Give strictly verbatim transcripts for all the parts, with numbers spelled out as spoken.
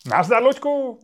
Nazdar, Luďku.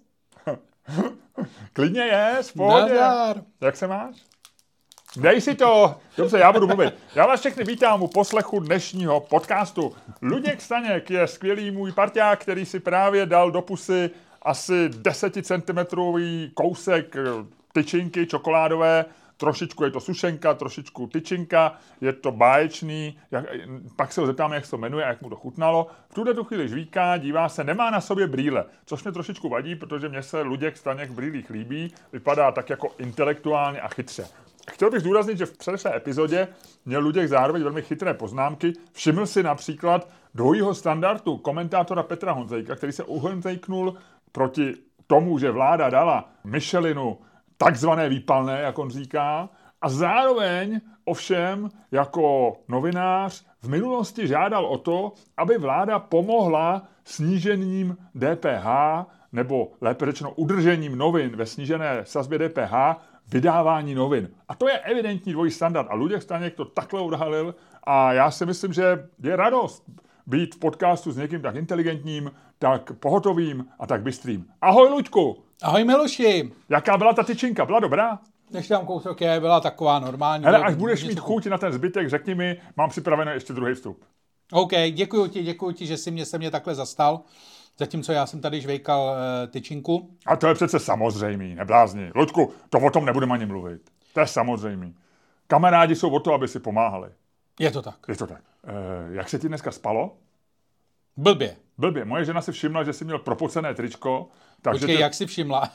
Klidně je, v pohodě. Nazdar. Jak se máš? Dej si to. Dobře, já budu mluvit. Já vás všechny vítám u poslechu dnešního podcastu. Luděk Staněk je skvělý můj parťák, který si právě dal do pusy asi deseticentimetrový kousek tyčinky čokoládové. Trošičku je to sušenka, trošičku tyčinka, je to báječný, jak, pak se ho zeptáme, jak se to jmenuje a jak mu to chutnalo. V tuhle tu chvíli žvíká, dívá se, nemá na sobě brýle, což mě trošičku vadí, protože mně se Luděk Staněk v brýlích líbí, vypadá tak jako intelektuálně a chytře. Chtěl bych zdůraznit, že v předešlé epizodě měl Luděk zároveň velmi chytré poznámky. Všiml si například dvojího standardu komentátora Petra Honzejka, který se uhonzejknul proti tomu, že vláda dala Michelinu takzvané výpalné, jak on říká, a zároveň ovšem jako novinář v minulosti žádal o to, aby vláda pomohla snížením D P H, nebo lépe řečeno udržením novin ve snížené sazbě D P H, vydávání novin. A to je evidentní dvojí standard. A Luděk Staněk to takhle odhalil a já si myslím, že je radost být v podcastu s někým tak inteligentním, tak pohotovým a tak bystrým. Ahoj, Luďku! Ahoj, Miloši! Jaká byla ta tyčinka? Byla dobrá? Než tam kousek je, byla taková normální. Hele, až budeš mít chuť na ten zbytek, řekni mi, mám připravený ještě druhý vstup. OK, děkuju ti, děkuju ti, že jsi mě se mě takhle zastal, zatímco já jsem tady žvejkal uh, tyčinku. A to je přece samozřejmý, neblázni. Luďku, to o tom nebudeme ani mluvit. To je samozřejmý. Kamarádi jsou o to, aby si pomáhali. Je to tak. Je to tak. E, jak se ti dneska spalo? Blbě. Blbě. Moje žena si všimla, že jsi měl propocené tričko. Takže Počkej, ty... jak si všimla?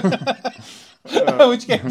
Počkej.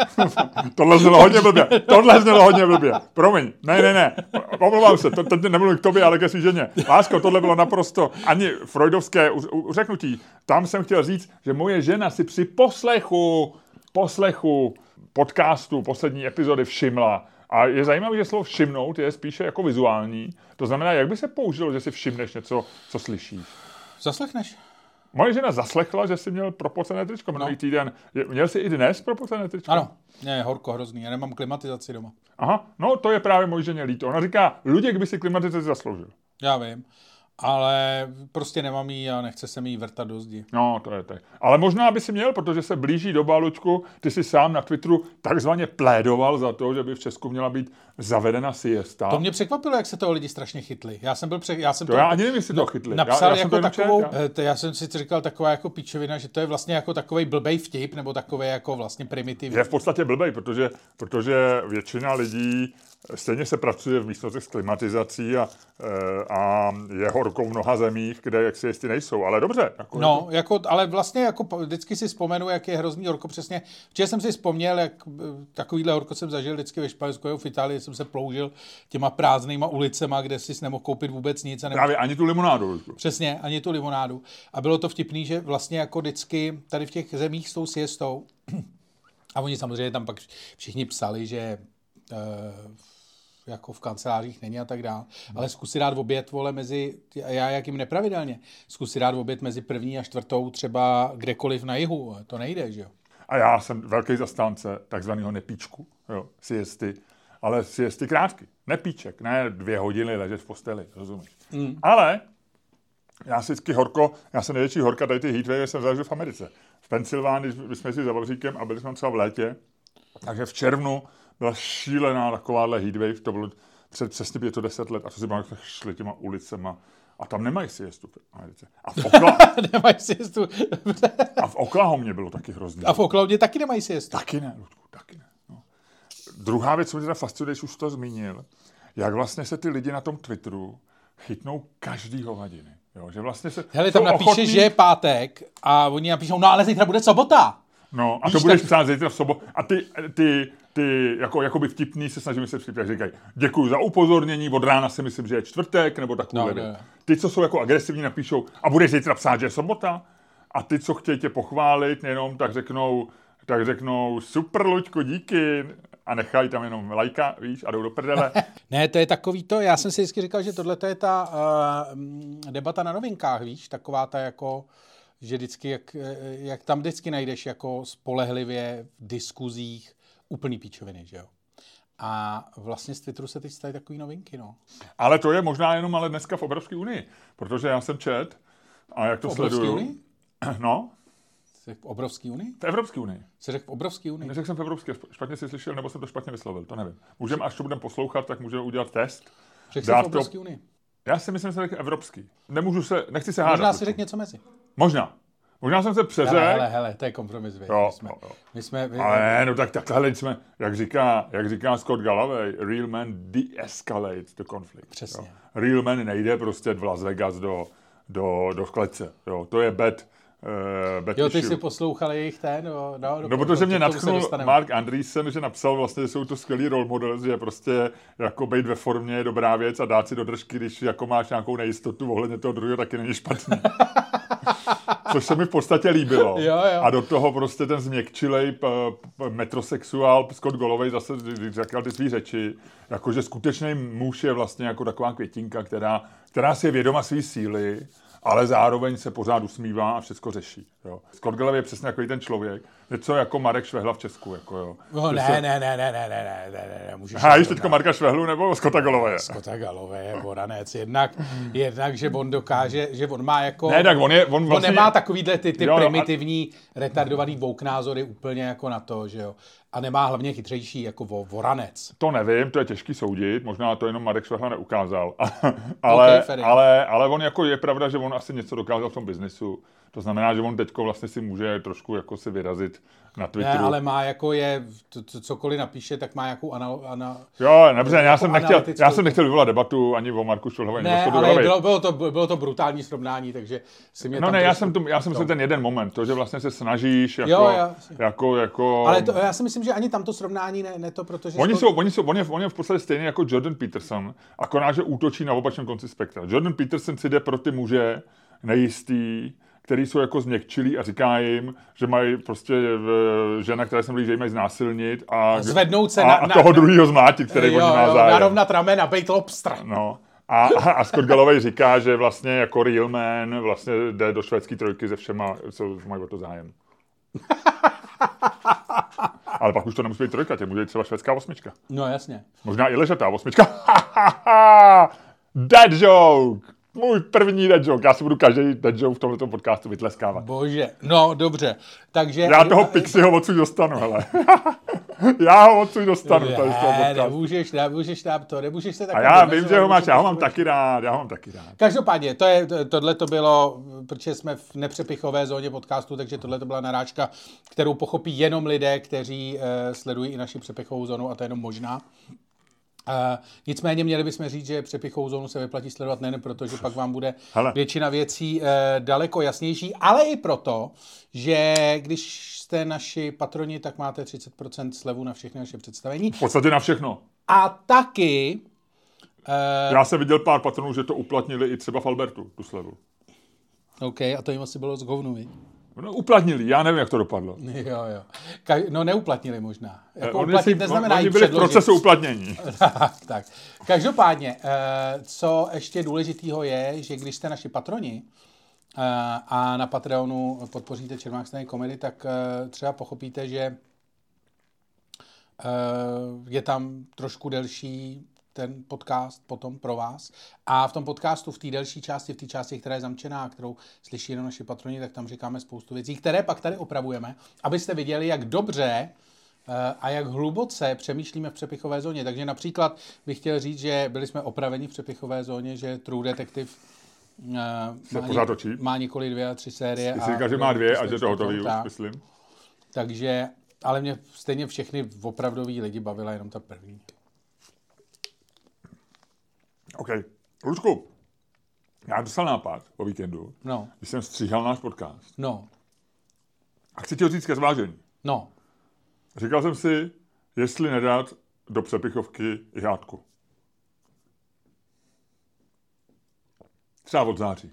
Tohle znělo hodně blbě. Tohle znělo hodně blbě. Promiň. Ne, ne, ne. Omlouvám se. Teď nemluvím k tobě, ale ke svý ženě. Lásko, tohle bylo naprosto ani freudovské uřeknutí. Tam jsem chtěl říct, že moje žena si při poslechu, poslechu podcastu poslední epizody všimla. A je zajímavé, že slovo všimnout je spíše jako vizuální. To znamená, jak by se použilo, že si všimneš něco, co slyšíš? Zaslechneš. Moje žena zaslechla, že jsi měl propocené tričko minulý no. týden. Měl jsi i dnes propocené tričko? Ano, ne, horko, hrozný, já nemám klimatizaci doma. Aha, no to je právě moje ženě líto. Ona říká, Luděk by si klimatizaci zasloužil. Já vím, ale prostě nemám jí a nechce se mi jí vrtat do zdi. No, to je tak. Ale možná by si měl, protože se blíží doba, Luďku, ty jsi sám na Twitteru takzvaně plédoval za to, že by v Česku měla být zavedena siesta. To mě překvapilo, jak se toho lidi strašně chytli. Já jsem byl pře... já jsem to, to já ani nevím, jestli to chytli. Napsal já, já jako to takovou, čet, já. To já jsem si říkal taková jako píčovina, že to je vlastně jako takovej blbej vtip, nebo takový jako vlastně primitivní. Je v podstatě blbej, protože, protože většina lidí stejně se pracuje v místnostech s klimatizací a, a je horko v mnoha zemích, kde jaksi jestli nejsou, ale dobře. Jako no, je to... jako, ale vlastně jako vždycky si vzpomenu, jak je hrozný horko přesně. Včera jsem si vzpomněl, jak takovýhle horko jsem zažil vždycky ve Španělsku a v Itálii, jsem se ploužil těma prázdnýma ulicema, kde si nemohl koupit vůbec nic. A nebo... Právě ani tu limonádu. Přesně, ani tu limonádu. A bylo to vtipný, že vlastně jako vždycky tady v těch zemích s tou siestou, a oni samozřejmě tam pak všichni psali, že uh, jako v kancelářích není a tak dále, hmm. ale zkus si dát oběd, vole, mezi, já jak jim nepravidelně, zkus si dát oběd mezi první a čtvrtou třeba kdekoliv na jihu, to nejde, že jo. A já jsem velký zastánce takzvaného nepíčku, jo, siesty, ale siesty krátky, nepíček, ne dvě hodiny ležet v posteli, rozumíš. Hmm. Ale já si vždycky horko, já jsem největší horka, tady ty heatwave jsem zažil v Americe. V Pensylvánii, když jsme si za Vavříkem a byli jsme třeba v létě, takže v červnu byla šílená takováhle heatwave, to bylo před přesně pět deset let a co si máme šli těma ulicema a tam nemají siestu v Americe. A v, Okla... nemají siestu. a v Oklahomě bylo taky hrozný. A v Oklahomě taky nemají siestu. Taky ne, Ludku, taky ne. No. Druhá věc, co mě teda fascinuje, když už to zmínil, jak vlastně se ty lidi na tom Twitteru chytnou každý hovadiny. Jo, že vlastně se hele, tam napíše, ochotný... že je pátek a oni napíšou, no ale zítra bude sobota. No a Víš, to budeš tak... psát zítra v sobotu. A ty, ty, ty jako, jakoby vtipný se snažíme se vtipně říkají, děkuji za upozornění, od rána si myslím, že je čtvrtek, nebo takový. No, ty, co jsou jako agresivní, napíšou, a budeš zítra psát, že je sobota. A ty, co chtějí tě pochválit, jenom tak řeknou, tak řeknou, super, Luďko, díky. A nechají tam jenom lajka, víš, a jdou do prdele. Ne, to je takový to, já jsem si vždycky říkal, že tohle je ta uh, debata na novinkách, víš, taková ta jako, že vždycky, jak, jak tam vždycky najdeš jako spolehlivě v diskuzích úplný píčoviny, že jo. A vlastně z Twitteru se teď stají takový novinky, no. Ale to je možná jenom ale dneska v Evropské unii, protože já jsem čet a jak to sleduju. Unii? No. Jsi v obrovské unii? V Evropské unii. Jsi řekl v obrovské unii? Neřekl jsem v Evropské, špatně si slyšel, nebo jsem to špatně vyslovil, to nevím. Můžeme, až to budeme poslouchat, tak můžeme udělat test. Řekl jsi v obrovské unii? Já si myslím, že jsem řekl evropský. Nemůžu se, nechci se hádat. Možná si řekl něco mezi. Možná. Možná jsem se přeřekl. Hele, hele, hele, to je kompromis. Vy. Jo, my jsme, jo. my jsme, vy, ale ne, no tak takhle jsme, jak říká, jak říká Scott Galloway, real man de-escalate the conflict. Přesně. Jo. Real man nejde prostě v Las Vegas do, do, do klece. Jo. To je bad, uh, bad Jo, ty issue. jsi poslouchal jejich ten? No, no, no protože mě nadchnul Mark Andreessen, že napsal vlastně, že jsou to skvělý role models, že prostě jako být ve formě je dobrá věc a dát si do držky, když jako máš nějakou nejistotu ohledně toho druhého, taky není špatný. Což se mi v podstatě líbilo. Jo, jo. A do toho prostě ten změkčilej p- p- metrosexuál Scott Galloway zase říkal ty svý řeči, jakože skutečný muž je vlastně jako taková květinka, která, která si je vědoma svý síly, ale zároveň se pořád usmívá a všechno řeší. Jo. Scott Galloway je přesně takový ten člověk, něco jako Marek Švehla v Česku. Jako, jo. No, ne, se... ne, ne, ne, ne, ne, ne, ne, ne, můžeš... Hájíš teďko Marka Švehlu nebo Scotta Gallowaye? Scotta Gallowaye, Boranec. Jednak, jednak, že on dokáže, že on má jako... Ne, tak on je... On, vlastně... on nemá takovýhle ty, ty jo, primitivní, a... retardovaný woke názory úplně jako na to, že jo. A nemá hlavně chytřejší jako voranec. To nevím, to je těžký soudit, možná to jenom Marek Švehla neukázal. ale, okay, ale, ale on jako je pravda, že on asi něco dokázal v tom biznisu. To znamená, že on teďko vlastně si může trošku jako si vyrazit na Twitteru. Ne, ale má jako je, to, cokoliv napíše, tak má jakou ana, ana, jo, dobře, já jako jsem nechtěl, já jsem nechtěl vyvolat debatu ani o Marku Švehlovi. Ne, ale bylo, bylo, to, bylo to brutální srovnání, takže si mě No tam ne, trošku, já jsem, tu, já jsem si ten jeden moment, to, že vlastně se snažíš jako, jo, já, jako, jako... Ale to, já si myslím, že ani tam to srovnání ne, ne to, protože... Oni to... jsou, oni jsou, on je, on je v podstatě stejný jako Jordan Peterson, akorát, že útočí na opačném konci spektra. Jordan Peterson si jde pro ty muže nejistý, který jsou jako změkčilí a říká jim, že mají prostě žena, která se mluví, že jim mají znásilnit a, zvednout se a, na, a toho druhého zmátit, který jo, oni má jo, zájem. narovnat ramena, bejt lobster. No. A, a Scott Galloway říká, že vlastně jako real man vlastně jde do švédské trojky se všema, co mají o to zájem. Ale pak už to nemusí být trojka, tě může být třeba švédská osmička. No jasně. Možná i ležatá osmička. Dead joke! Můj první dead joke. Já si budu každý dead joke v tomto podcastu vytleskávat. Bože, no dobře. Takže... Já toho Pixieho odsud dostanu, hele. Já ho odsud dostanu. Ne, tady z toho podcastu. nemůžeš, nemůžeš tam to, nemůžeš se tak... A já vím, že ho máš, já ho mám taky rád, já ho mám taky rád. Každopádně, to je, tohle to bylo, protože jsme v nepřepichové zóně podcastu, takže tohle to byla narážka, kterou pochopí jenom lidé, kteří uh, sledují i naši přepichovou zónu, a to je jenom možná. Uh, nicméně měli bychom říct, že přepichovou zónu se vyplatí sledovat nejen proto, že pak vám bude Hele. většina věcí uh, daleko jasnější, ale i proto, že když jste naši patroni, tak máte třicet procent slevu na všechny naše představení. V podstatě na všechno. A taky... Uh, Já jsem viděl pár patronů, že to uplatnili i třeba v Albertu, tu slevu. OK, a to jim asi bylo z hovnu, viď? No, uplatnili, já nevím, jak to dopadlo. Jo, jo. Ka- no neuplatnili možná. Jako oni uplatnit si, neznamená oni jí byli v předložit. procesu uplatnění. Tak. Každopádně, co ještě důležitého je, že když jste naši patroni a na Patreonu podpoříte Čermák Staněk komedy, tak třeba pochopíte, že je tam trošku delší ten podcast potom pro vás. A v tom podcastu, v té delší části, v té části, která je zamčená, kterou slyší jenom naši patroni, tak tam říkáme spoustu věcí, které pak tady opravujeme, abyste viděli, jak dobře a jak hluboce přemýšlíme v přepichové zóně. Takže například bych chtěl říct, že byli jsme opraveni v přepichové zóně, že True Detective se má, pořád něk- má několik dvě a tři série. Ty jsi říkal, že má dvě a že to hotový už, myslím. Takže, ale mě stejně všechny opravdový lidi bavila jenom ta první. OK. Lučku, já dostal nápad o víkendu, no. když jsem stříhal náš podcast. No. A chci ti ho říct ke zvážení. No. Říkal jsem si, jestli nedat do přepichovky i hádku. Třeba od září.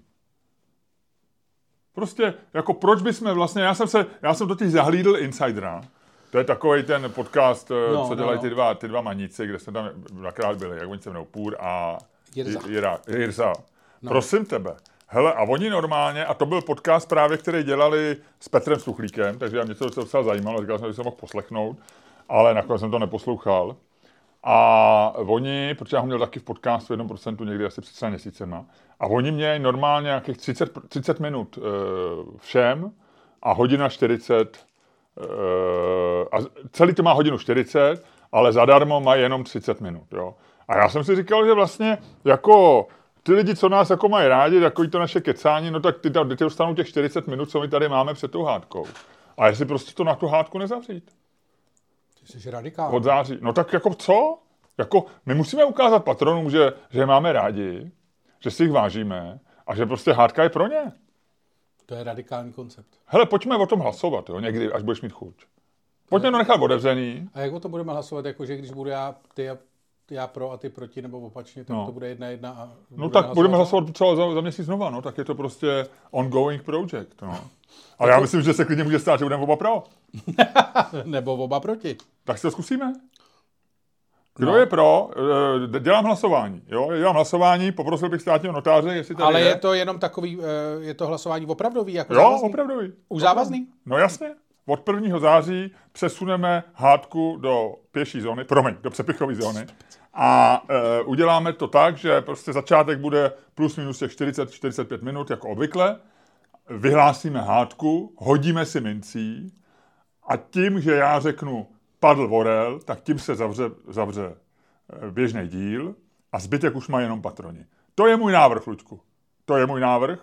Prostě, jako proč bychom vlastně, já jsem se, já jsem totiž zahlídl Insidera, to je takovej ten podcast, no, co dělají no, no. ty dva, ty dva maníci, kde jsme tam dvakrát byli, jak oni se mnou, Půr a Jirza. Jirza. Jirza. No. Prosím tebe. Hele, a oni normálně, a to byl podcast právě, který dělali s Petrem Suchlíkem, takže já mě to docela zajímalo, říkal jsem, že jsem mohl poslechnout, ale nakonec jsem to neposlouchal. A oni, protože já ho měl taky v podcastu jedno procento někdy asi před třemi měsícema, a oni měli normálně nějakých třicet, třicet minut uh, všem a hodina čtyřicet, uh, a celý to má hodinu čtyřicet, ale zadarmo mají jenom třicet minut, jo. A já jsem si říkal, že vlastně jako ty lidi, co nás jako mají rádi, takový to naše kecání, no tak ty, ty dostanou těch čtyřicet minut, co my tady máme před tou hádkou. A jestli prostě to na tu hádku nezavřít. Ty jsi radikální. Od září. No tak jako co? Jako my musíme ukázat patronům, že, že je máme rádi, že si jich vážíme a že prostě hádka je pro ně. To je radikální koncept. Hele, pojďme o tom hlasovat, jo, někdy, až budeš mít chuť. Pojďme to nechat otevřený. A jak o tom budeme hlasovat, jakože když budu já, ty a já pro a ty proti, nebo opačně, tak no. to bude jedna jedna a... No tak hlasovat budeme hlasovat třeba za, za měsíc znova, no, tak je to prostě ongoing project, no. Ale já myslím, že se klidně může stát, že budeme oba pro. Nebo oba proti. Tak si to zkusíme. Kdo no. je pro, dělám hlasování, jo, dělám hlasování, poprosil bych státního notáře, jestli tady Ale je. je to jenom takový, je to hlasování opravdový, jako jo, závazný? opravdový. Už závazný? No jasně. Od prvního září přesuneme hádku do pěší zóny, promiň, do přepichové zóny a e, uděláme to tak, že prostě začátek bude plus minus těch čtyřicet až čtyřicet pět minut, jako obvykle, vyhlásíme hádku, hodíme si mincí a tím, že já řeknu padl orel, tak tím se zavře, zavře běžný díl a zbytek už má jenom patroni. To je můj návrh, Luďku. To je můj návrh.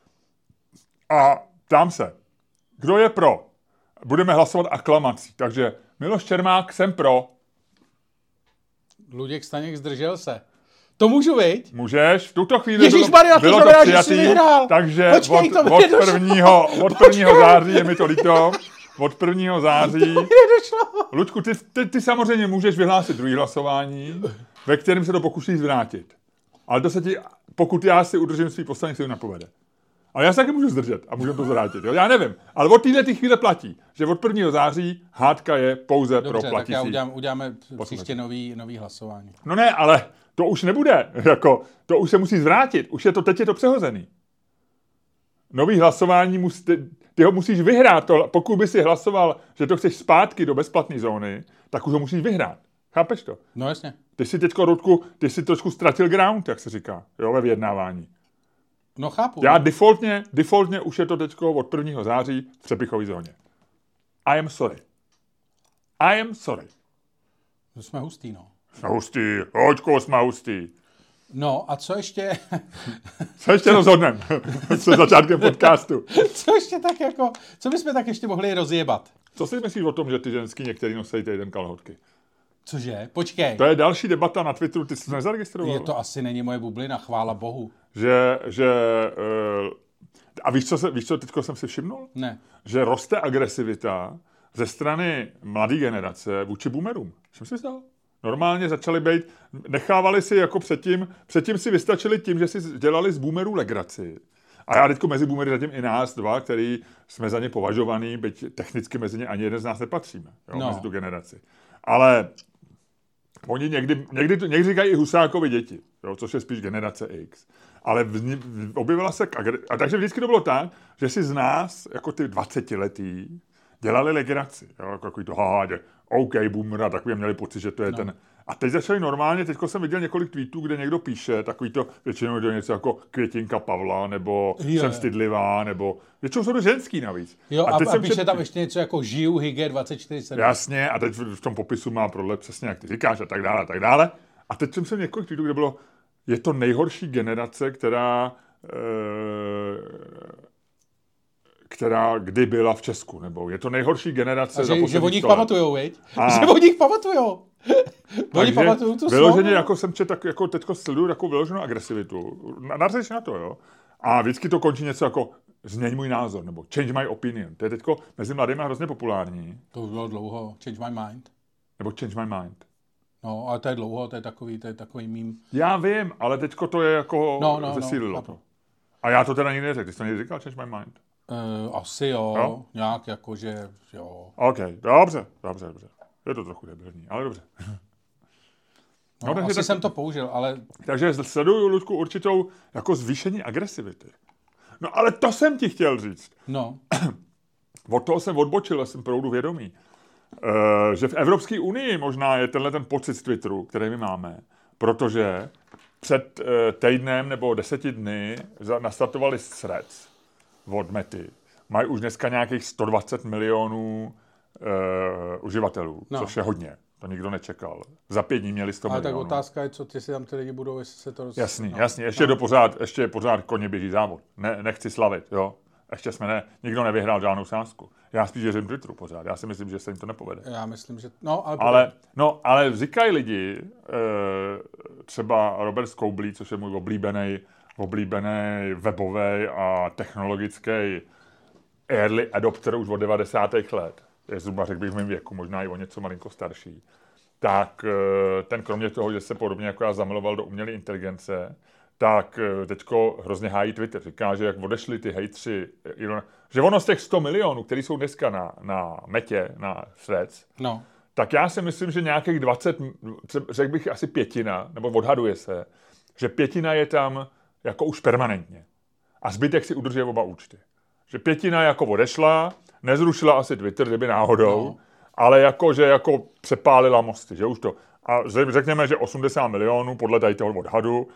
A ptám se, kdo je pro? Budeme hlasovat aklamací. Takže Miloš Čermák, jsem pro. Luděk Staněk zdržel se. To můžu, viď? Můžeš. V tuto chvíli Ježišmarja, bylo, to bylo to přijatý, takže Počkej, od, od, prvního, od prvního září je mi to líto. Od prvního září. Luďku, ty, ty, ty samozřejmě můžeš vyhlásit druhý hlasování, ve kterém se to pokusíš zvrátit. Ale to se ti, pokud já si udržím svý poslanec, si to napovede. Ale já se taky můžu zdržet a můžu to zvrátit. Jo? Já nevím. Ale od této chvíle platí, že od prvního září hádka je pouze Dobře, pro platící. platící. Tak já udělám, uděláme příště nový, nový hlasování. No ne, ale to už nebude. Jako, to už se musí zvrátit. Už je to, teď je to přehozený. Nový hlasování, mus, ty, ty ho musíš vyhrát. To, pokud by si hlasoval, že to chceš zpátky do bezplatné zóny, tak už ho musíš vyhrát. Chápeš to? No jasně. Ty si teďko, Rudku, ty si trošku ztratil ground, jak se říká, jo, ve vyjednávání. No chápu. Já defaultně, defaultně už je to teďko od prvního září v přepichové zóně. I am sorry. I am sorry. To jsme hustý, no. Jsme hustý, hoďko, jsme hustý. No a co ještě? Co ještě rozhodneme se začátkem podcastu? Co ještě tak jako, co bychom tak ještě mohli rozjebat? Co si myslíš o tom, že ty ženský některý nosí týden kalhotky? Cože? Počkej. To je další debata na Twitteru, ty jsi nezaregistroval? Je to asi není moje bublina, chvála bohu. Že, že uh, a víš, co, se, víš, co teďko jsem si všimnul? Ne. Že roste agresivita ze strany mladé generace vůči boomerům. Jsem si zdal? Normálně začali být, nechávali si jako předtím, předtím si vystačili tím, že si dělali z boomerů legraci. A já teďko mezi boomery zatím i nás dva, který jsme za ně považovaný, byť technicky mezi ně ani jeden z nás nepatříme, jo, no. mezi tu generaci. Ale oni někdy, někdy, někdy říkají i Husákovi děti, jo, což je spíš generace X. Ale v, v, objevila se... A takže vždycky to bylo tak, že si z nás, jako ty dvacetiletí, dělali legraci. Jo, jako takový to, haha, OK, boomer, a takový měli pocit, že to je no. ten... A teď začali normálně, teďko jsem viděl několik tweetů, kde někdo píše, takový to, většinou do něco jako Květinka Pavla, nebo jo, jsem stydlivá, nebo většinou jsou to ženský navíc. Jo, a, a, teď a jsem píše před... tam ještě něco jako žiju Hygge dvacet čtyři sedm. Jasně, a teď v tom popisu má prodle přesně, jak ty říkáš, a tak dále, a tak dále. A teď jsem se několik tweetů, kde bylo, je to nejhorší generace, která... E... která kdy byla v Česku, nebo je to nejhorší generace. A za že, že o nich let. pamatujou, viď? A... Že o nich pamatujou. Oni pamatujou to slovo. Vyloženě, jako jsem čet, tak jako teďko sleduju takovou vyloženou agresivitu. Nařeš na to, jo. A vždycky to končí něco jako změň můj názor, nebo change my opinion. To je teďko mezi mladými hrozně populární. To bylo dlouho. Change my mind. Nebo change my mind. No, ale to je dlouho, to je takový, to je takový mím. Já vím, ale teďko to je jako no, no, zesílilo no, to. A já to teda nikdy neřekl. Ty jsi to někdy říkal, change my mind? Uh, asi jo, jo, nějak jakože, jo. OK, dobře, dobře, dobře. Je to trochu debilní, ale dobře. No, no asi tak, jsem to použil, ale... Takže sleduju, Luďku, určitou jako zvýšení agresivity. No ale to jsem ti chtěl říct. No. Od toho jsem odbočil, jsem proudu vědomí. Uh, že v Evropské unii možná je tenhle ten pocit z Twitteru, který my máme, protože před uh, týdnem nebo deseti dny nastartovali Threads od Mety. Mají už dneska nějakých sto dvacet milionů uh, uživatelů, no. Což je hodně. To nikdo nečekal. Za pět dní měli sto ale milionů. Ale tak otázka je, co ty si tam ty lidi budou, jestli se to... Roz... Jasný, no. jasný. Ještě, no. do pořád, ještě je pořád koně běží závod. Ne, nechci slavit, jo. Ještě jsme ne, nikdo nevyhrál žádnou sázku. Já spíš věřím Twitteru pořád. Já si myslím, že se jim to nepovede. Já myslím, že... No, ale... Ale, no, ale říkají lidi, e, třeba Robert Scobley, což je můj oblíbený, oblíbený webový a technologický early adopter už od devadesátých let. Je zhruba, řekl bych, v mém věku, možná i o něco malinko starší. Tak ten kromě toho, že se podobně jako já zamiloval do umělé inteligence, tak teďko hrozně hájí Twitter. Říká, že jak odešli ty hejtři, že ono z těch sto milionů, který jsou dneska na, na Metě, na Threads, no. tak já si myslím, že nějakých dvacet, řekl bych asi pětina, nebo odhaduje se, že pětina je tam jako už permanentně. A zbytek si udržuje oba účty. Že pětina jako odešla, nezrušila asi Twitter, kdyby náhodou, no. Ale jako, že jako přepálila mosty, že už to. A řekněme, že osmdesát milionů podle tady toho odhadu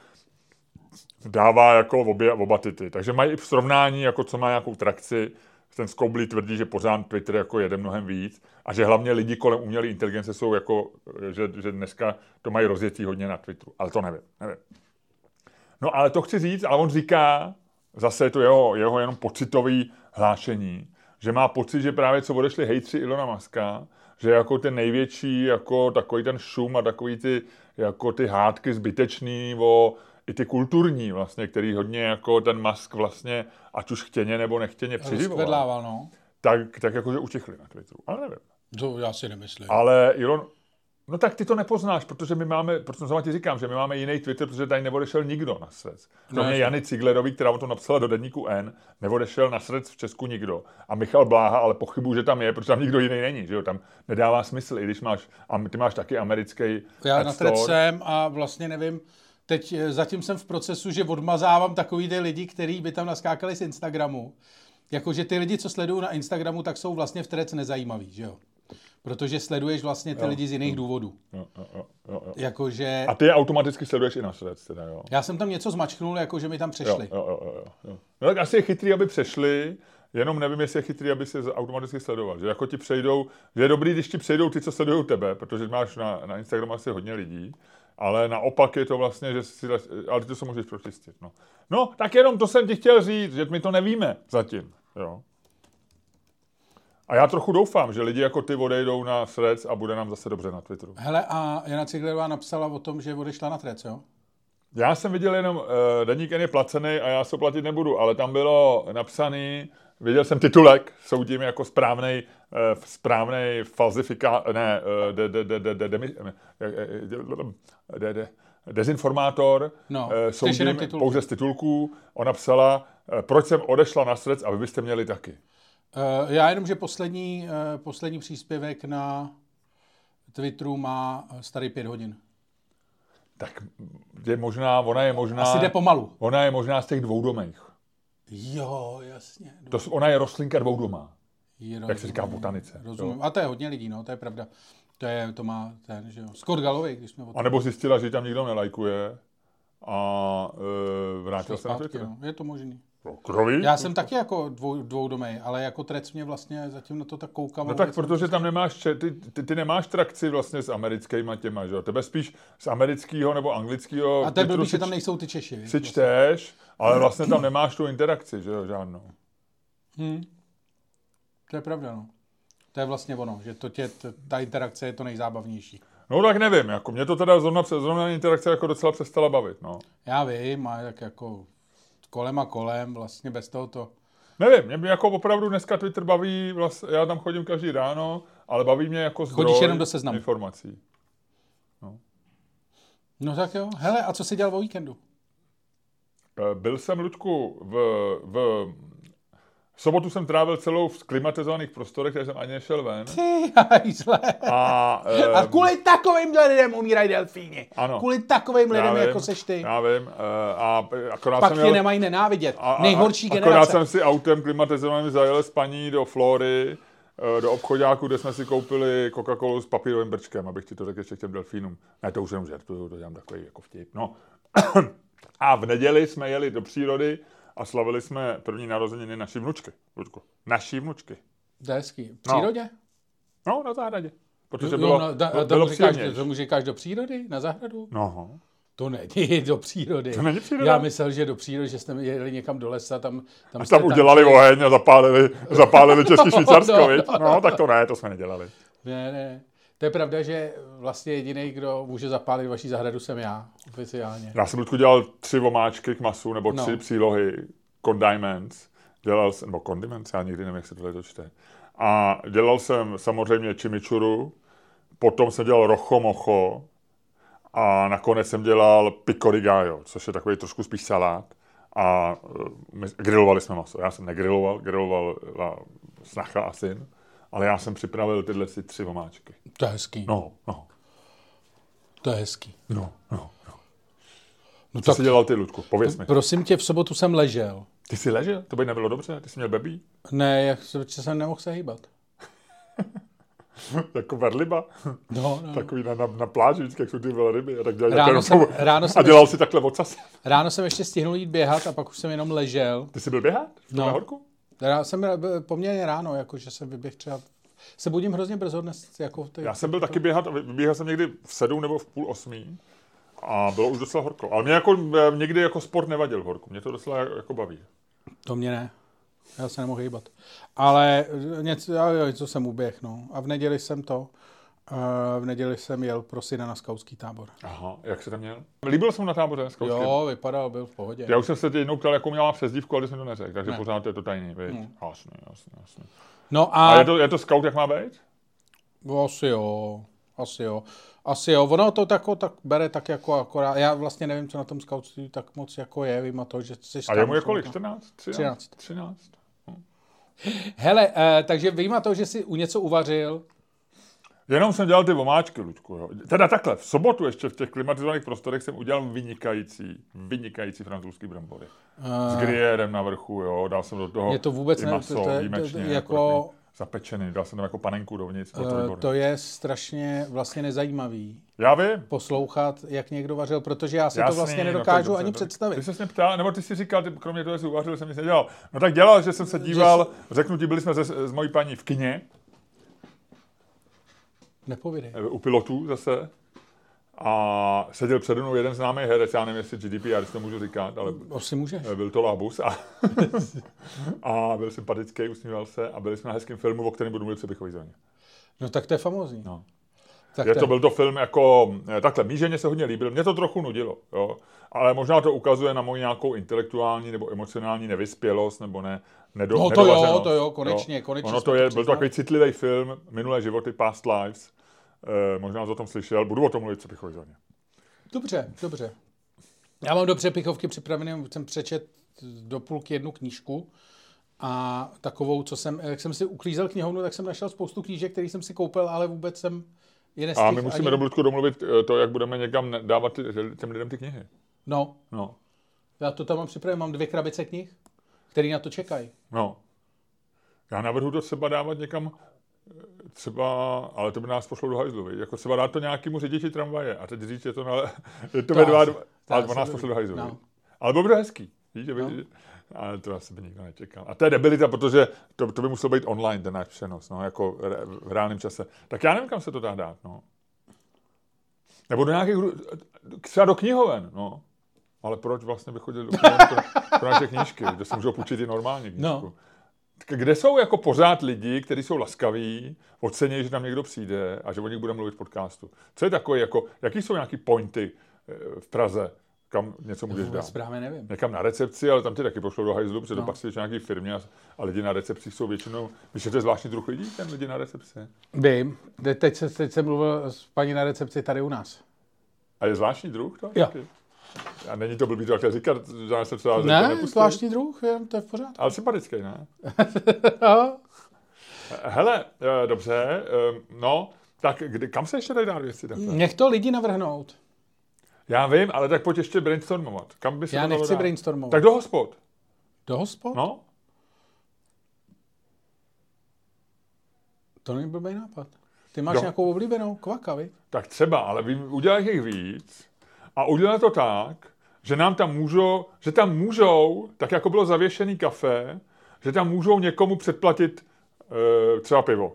dává jako obě, oba ty. Takže mají i v srovnání, jako co má nějakou trakci. Ten Scobley tvrdí, že pořád Twitter jako jede mnohem víc a že hlavně lidi kolem umělé inteligence jsou jako, že, že dneska to mají rozjetý hodně na Twitteru. Ale to nevím, nevím. No ale to chci říct, ale on říká, zase je to jeho, jeho jenom pocitový hlášení, že má pocit, že právě co odešli hejtři Ilona Muska, že jako ten největší, jako takový ten šum a takový ty, jako ty hádky zbytečný o i ty kulturní vlastně, který hodně jako ten Musk vlastně, ať už chtěně nebo nechtěně přiživoval, no. tak, tak jakože utichli na Twitteru. Ale nevím. To já si nemyslím. Ale Elon, no tak ty to nepoznáš, protože my máme, protože znovu ti říkám, že my máme jiný Twitter, protože tady neodešel nikdo na Threads. Kromě no, Jany Ciglerový, která o to napsala do deníku N, neodešel na Threads v Česku nikdo. A Michal Bláha, ale pochybuju, že tam je, protože tam nikdo jiný není, že jo, tam nedává smysl, i když máš, a ty máš taky americký já na Threads jsem a vlastně nevím, teď zatím jsem v procesu, že odmazávám takový ty lidi, kteří by tam naskákali z Instagramu. Jakože ty lidi, co sledují na Instagramu, tak jsou vlastně v Threads nezajímaví, že jo? Protože sleduješ vlastně ty jo, lidi z jiných jo, důvodů. Jo, jo, jo, jo. Jakože... A ty je automaticky sleduješ i na Threads, teda jo? Já jsem tam něco zmačknul, jakože mi tam přešli. Jo, jo, jo, jo. No tak asi je chytrý, aby přešli, jenom nevím, jestli je chytrý, aby se automaticky sledoval. Že jako ti přejdou, že je dobrý, když ti přejdou ty, co sledují tebe, protože máš na, na Instagramu asi hodně lidí, ale naopak je to vlastně, že si, ale ty to se můžeš pročistit, no. No, tak jenom to jsem ti chtěl říct, že my to nevíme zatím, jo. A já trochu doufám, že lidi jako ty odejdou na Threads a bude nám zase dobře na Twitteru. Hele, a Jana Ciglerová napsala o tom, že odešla na Threads, jo? Já jsem viděl jenom, uh, deník N je placený a já se platit nebudu, ale tam bylo napsaný, viděl jsem titulek, soudím jako správnej, uh, správnej falzifikát, ne, uh, de, de, de, de, de, de, de, de, dezinformátor, no, uh, soudím pouze z titulků. Ona psala, uh, proč jsem odešla na Threads a vy byste měli taky. Uh, já jenom, že poslední, uh, poslední příspěvek na Twitteru má starý pět hodin. Tak je možná, ona je možná... Asi jde pomalu. Ona je možná z těch dvoudomých. Jo, jasně. To, ona je rostlinka dvoudomá. Je, jak se říká v botanice. Rozumím. Jo. A to je hodně lidí, no, to je pravda. To, je, to má ten, že jo. Scott Galloway, když jsme... A nebo zjistila, že tam nikdo nelajkuje a e, vrátila se na Twitter. No. Je to možný. Kroví? Já jsem taky jako dvou, dvoudomej, ale jako Threads mě vlastně zatím na to tak koukám. No tak protože tam nemáš, ty, ty, ty nemáš trakci vlastně s americkýma těma, že jo? Tebe spíš z amerického nebo anglického... A to je blbý, že tam nejsou ty Češi. Si čteš, ale vlastně tam nemáš tu interakci, že jo, žádnou. Hmm. To je pravda, no. To je vlastně ono, že to tě, t, ta interakce je to nejzábavnější. No tak nevím, jako mě to teda zrovna, zrovna interakce jako docela přestala bavit, no. Já vím, a jak jako... kolem a kolem, vlastně bez toho to... Nevím, mě jako opravdu dneska Twitter baví, vlastně, já tam chodím každý ráno, ale baví mě jako zdroj chodíš jenom do seznamu informací. No. no tak jo. Hele, a co jsi dělal o víkendu? Byl jsem, Luďku, v, v, v sobotu jsem trávil celou v klimatizovaných prostorech, takže jsem ani nešel ven. Ty hajzle. A, um, a kvůli takovým lidem umírají delfíni. Ano. Kvůli takovým lidem, vím, jako seš ty. Já vím. A akorát pak jsem tě jel, nemají nenávidět. A, Nejhorší a, generace. Akorát jsem si autem klimatizovaným zajel z paní do Flory do obchodáku, kde jsme si koupili Coca-Colu s papírovým brčkem, abych ti to řekl ještě k těm delfínům. Ne, to už jenom žertuju, to dělám takový jako vtip. No. A v neděli jsme jeli do přírody a slavili jsme první narozeniny naší vnučky. Ludku, naší vnučky. To je hezký. V přírodě? No, no na zahradě. Protože Jo, bylo, no, da, bylo, to bylo mu říkáš, příjemnější. to mu říkáš do přírody? Na zahradu? No. To není do přírody. To není příroda? Já myslel, že do přírody, že jste jeli někam do lesa, tam, tam a tam udělali tančili. oheň a zapálili, zapálili Český No, Švýcarsko, no, viď? no. No, tak to ne, to jsme nedělali. Ne, ne. To je pravda, že vlastně jediný, kdo může zapálit vaší zahradu, jsem já, oficiálně. Já jsem Ludku dělal tři vomáčky k masu, nebo tři No. přílohy, condiments. Dělal jsem, nebo condiments, já nikdy nevím, jak se tohle to čte. A dělal jsem samozřejmě chimichurri, potom jsem dělal rocho mocho a nakonec jsem dělal pico di gallo, což je takový trošku spíš salát. A my, grilovali jsme maso. Já jsem negriloval, griloval snacha a syn, ale já jsem připravil tyhle si tři vomáčky. To je hezký. No, no. To je hezký. No, no, no. No Co jsi dělal ty, Ludku? Pověz mi. Prosím tě, v sobotu jsem ležel. Ty jsi ležel? To by nebylo dobře? Ty jsi měl bebí? Ne, jak se, jsem nemohl se hýbat. Jako verliba? No, no. Takový na, na, na pláži, vždycky, jak jsou ty velryby. A, tak dělají Ráno jenom jsem- tomu- ráno a jsem dělal ještě- si takhle ocas. Ráno jsem ještě stihnul jít běhat a pak už jsem jenom ležel. Ty jsi byl běhat? V tom No. na horku? Já jsem byl poměrně ráno, jakože jsem vyběhl třeba... Se budím hrozně brzo dnes, jako... Ty, Já jsem byl taky běhat, a vybíhal jsem někdy v sedm nebo v půl osmí. A bylo už docela horko. Ale mě jako eh, někdy jako sport nevadil v horku. Mě to docela jako baví. To mě ne. Já se nemohl hýbat. Ale něco, já, jo, něco jsem uběh, no. A v neděli jsem to... Uh, v neděli jsem jel pro syna na skautský tábor. Aha, jak se tam měl? Líbil jsem mu na táboře skautském. Jo, vypadal, byl v pohodě. Já už jsem se tě jednou ptal, jakou měla přezdívku, ale ty jsi mi to neřekl, takže Ne. pořád je to tajný, viď? Hmm. Jasně, jasně, jasně. No A a... je to, je to scout, jak má být? Asi jo, asi jo. Asi jo, ono to tako, tak bere tak jako akorát. Já vlastně nevím, co na tom skautství tak moc jako je, vím a to, že jsi A je mu je kolik? čtrnáct? třináct. třináct. Hele, uh, takže vím a to, že jsi u něco uvařil. Jenom jsem dělal ty vomáčky, Luďku. Jo. Teda takhle, v sobotu ještě v těch klimatizovaných prostorech jsem udělal vynikající, vynikající francouzský brambory. S gruyérem na vrchu, jo, dal jsem do toho Je to vůbec i ne- maso, to- to je- výjimečně, to- jako- takový zapečený, dal jsem tam jako panenku dovnitř. bylo to Uh, výborné. to je strašně vlastně nezajímavý Já vím. poslouchat, jak někdo vařil, protože já si Jasný, to vlastně no nedokážu tak ani dobře. představit. Ty jsi se mě ptal, nebo ty jsi říkal, ty, kromě toho, že jsi uvařil, jsem nic nedělal. No tak dělal, že jsem se díval, řeknu ti, byli jsme se, s mojí paní v kině, Nepovídej. u pilotů zase. A seděl přede mnou jeden známý herec, já nevím, jestli G D P R, jestli to můžu říkat, ale Asi můžeš. byl to Lábus a, a byl sympatický, usmíval se a byli jsme na hezkém filmu, o kterém budu mluvit v přebychový zóně. No tak to je famózní. No. Tak Je to to, byl to film jako, takhle, mý ženě se hodně líbil, mě to trochu nudilo, jo, ale možná to ukazuje na moji nějakou intelektuální nebo emocionální nevyspělost, nebo ne, nedo, No to jo, nedovařenost, to jo, konečně, konečně Ono jsme to to je, byl přiznali. to takový citlivý film, Minulé životy, Past Lives, eh, možná jsi o tom slyšel, budu o tom mluvit v přebychový zóně. Dobře, dobře. Já mám do přepichovky připravený, jsem přečet do půlky jednu knížku a takovou, co jsem, jak jsem si uklízel knihovnu, tak jsem našel spoustu knížek, které jsem si koupil, ale vůbec jsem je nestihl. A my musíme ani... do Bludku domluvit eh, to, jak budeme někam ne- dávat ty, těm lidem ty knihy. No, No, já to tam mám připravené, mám dvě krabice knih, které na to čekají. no. Já navrhu to třeba dávat někam, eh, třeba, ale to by nás pošlo do hajzlu, viď? Jako třeba dát to nějakému řidiči tramvaje a teď říct, je to, na, je to To ve dva, asi- to ale asi on nás by- pošlo do hajzlu. no. No. Ale bylo by to hezký. Víš, že by, No. ale to asi by nikdo nečekal. A to je debilita, protože to, to by muselo být online, ten náš přenos, no, jako re, v reálném čase. Tak já nevím, kam se to dá dát, no. Nebo do nějakých, třeba do knihoven, no. Ale proč vlastně by chodil do knihoven pro, pro naše knížky, kde se můžou půjčit i normální knížku. No. Kde jsou jako pořád lidi, kteří jsou laskaví, ocení, že tam někdo přijde a že o nich bude mluvit v podcastu. Co je takové, jako, jaký jsou nějaký pointy eh, v Praze, kam něco můžeš Vůbec dát? právě nevím. Někam na recepci, ale tam tě taky pošlo do hajzlu, protože No. to pak si v nějaký firmě a, a lidi na recepci jsou většinou, víš, že to je zvláštní druh lidí, ten lidi na recepci. Vím, Te- teď, se, teď jsem mluvil s paní na recepci tady u nás. A je zvláštní druh to? Jo. Taky? A není to blbý to takhle říkat, že já se třeba že to Ne, nepustí? zvláštní druh, je, to je v pořádku. Ale sympatický, ne? No. Hele, eh, dobře, eh, no, tak kdy, kam se ještě dají dát věci takhle? Nech to lidi navrhnout. Já vím, ale tak pojď ještě brainstormovat. Kam by se Já to dalo nechci dát? brainstormovat. Tak do hospod. Do hospod? No. To není blbý nápad. Ty máš no. nějakou oblíbenou kvaka, viď? Tak třeba, ale udělej jich víc a udělej to tak, že nám tam můžou, že tam můžou, tak jako bylo zavěšený kafe, že tam můžou někomu předplatit e, třeba pivo.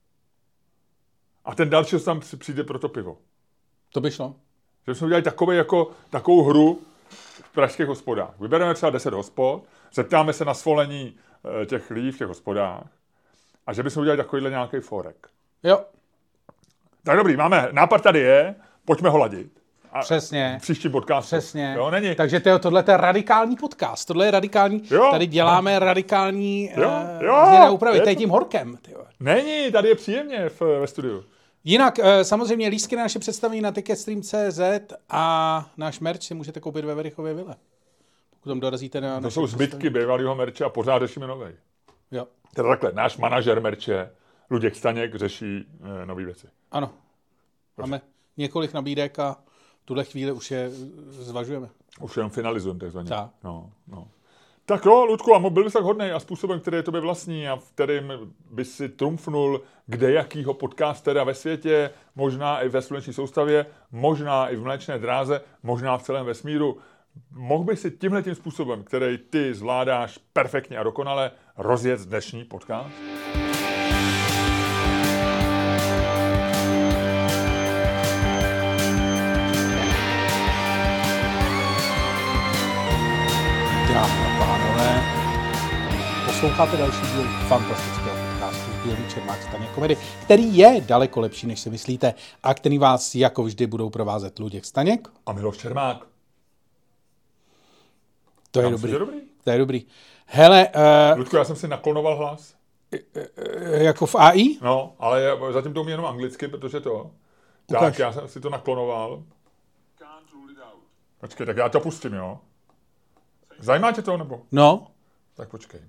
A ten další tam přijde pro to pivo. To by šlo. Že jsme udělali takové jako, takovou hru v pražských hospodách. Vybereme třeba deset hospod, zeptáme se na svolení e, těch lidí v těch hospodách a že bychom udělali takovýhle nějaký forek. Jo. Tak dobrý, máme, nápad tady je, pojďme ho ladit. A Přesně. Příští podcast. Přesně. Jo, není. Takže to, tohle je radikální podcast. Tohle je radikální. Jo. Tady děláme radikální Jo. uh, Jo. změny úpravy. Je Tady to... tím horkem. Tyjo. Není, tady je příjemně v, ve studiu. Jinak uh, samozřejmě lístky na naše představení na ticketstream tečka cé zet a náš merch si můžete koupit ve Verichově vile. Pokud tam dorazíte na To jsou zbytky bývalého merče a pořád řešíme novej. Jo. Teda takhle, náš manažer merče, Luděk Staněk, řeší e, nové věci. Ano. Máme několik nabídek a v tuhle chvíli už je zvažujeme. Už jenom finalizujeme takzvaně. Tak. No, no. Tak jo, Ludku, a byl bys tak hodnej a způsobem, který je tobě vlastní a v kterým by si trumfnul kde jakýho podcastera ve světě, možná i ve sluneční soustavě, možná i v mléčné dráze, možná v celém vesmíru. Mohl by si tímhletím způsobem, který ty zvládáš perfektně a dokonale, rozjet dnešní podcast? Dámy a pánové, posloucháte další díl fantastického podcastu Dílny Čermák Staněk komedy, který je daleko lepší, než si myslíte a který vás jako vždy budou provázet Luděk Staněk a Miloš Čermák. To je Tam dobrý. je dobrý. To je dobrý. Hele, uh, Ludku, já jsem si naklonoval hlas. Jako v á í? No, ale já zatím to umím jenom anglicky, protože to. Ukaž. Tak, já jsem si to naklonoval. Počkej, tak já to pustím, jo? Zajímá tě to, nebo? No. Tak počkej.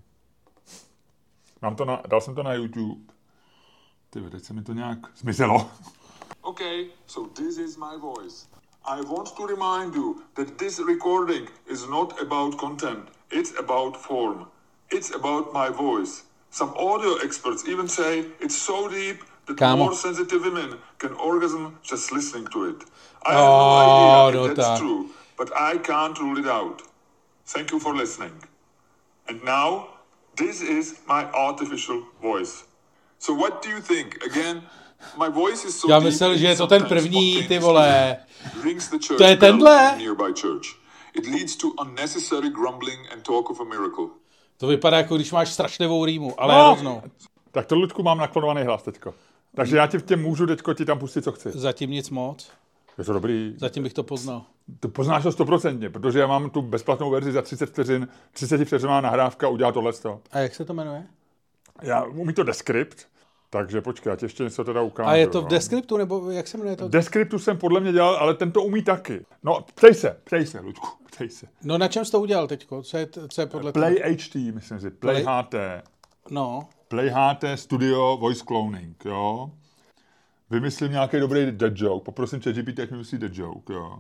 Mám to na, dal jsem to na YouTube. Ty, teď se mi to nějak zmizelo. Okay, so this is my voice. I want to remind you that this recording is not about content. It's about form. It's about my voice. Some audio experts even say it's so deep that Kámo. more sensitive women can orgasm just listening to it. I Oh, have no idea no if that's tak. true, but I can't rule it out. Thank you for listening. And now, this is my artificial voice. So what do you think? Again, my voice is so Já deep myslel, it že je to ten sometimes první, ty spontaneously vole. rings the church To je bell tenhle? in nearby church. It leads to unnecessary grumbling and talk of a miracle. To vypadá, jako když máš strašlivou rýmu, ale No. hroznou. Tak to, Ludku, mám naklonovaný hlas teďko. Takže já ti v těm můžu teďko ti tam pustit, co chci. Zatím nic moc. Je to dobrý. Zatím bych to poznal. To poznáš to stoprocentně, protože já mám tu bezplatnou verzi za třicet vteřin, třicet vteřinová nahrávka udělá tohle. A jak se to jmenuje? Já umím to Descript, takže počkej, já ti ještě něco teda ukážu. A je to v no. Descriptu, nebo jak se jmenuje to? Descriptu jsem podle mě dělal, ale ten to umí taky. No, ptej se, ptej se, Ludku, ptej se. No na čem jsi to udělal teďko? Co je, co je podle Play toho? H T, myslím si, Play Play- H T. No. Play H T Studio Voice Cloning, jo. Vymyslím nějaký dobrý dead joke, poprosím ChatGPT, jak mi myslí dead joke, jo.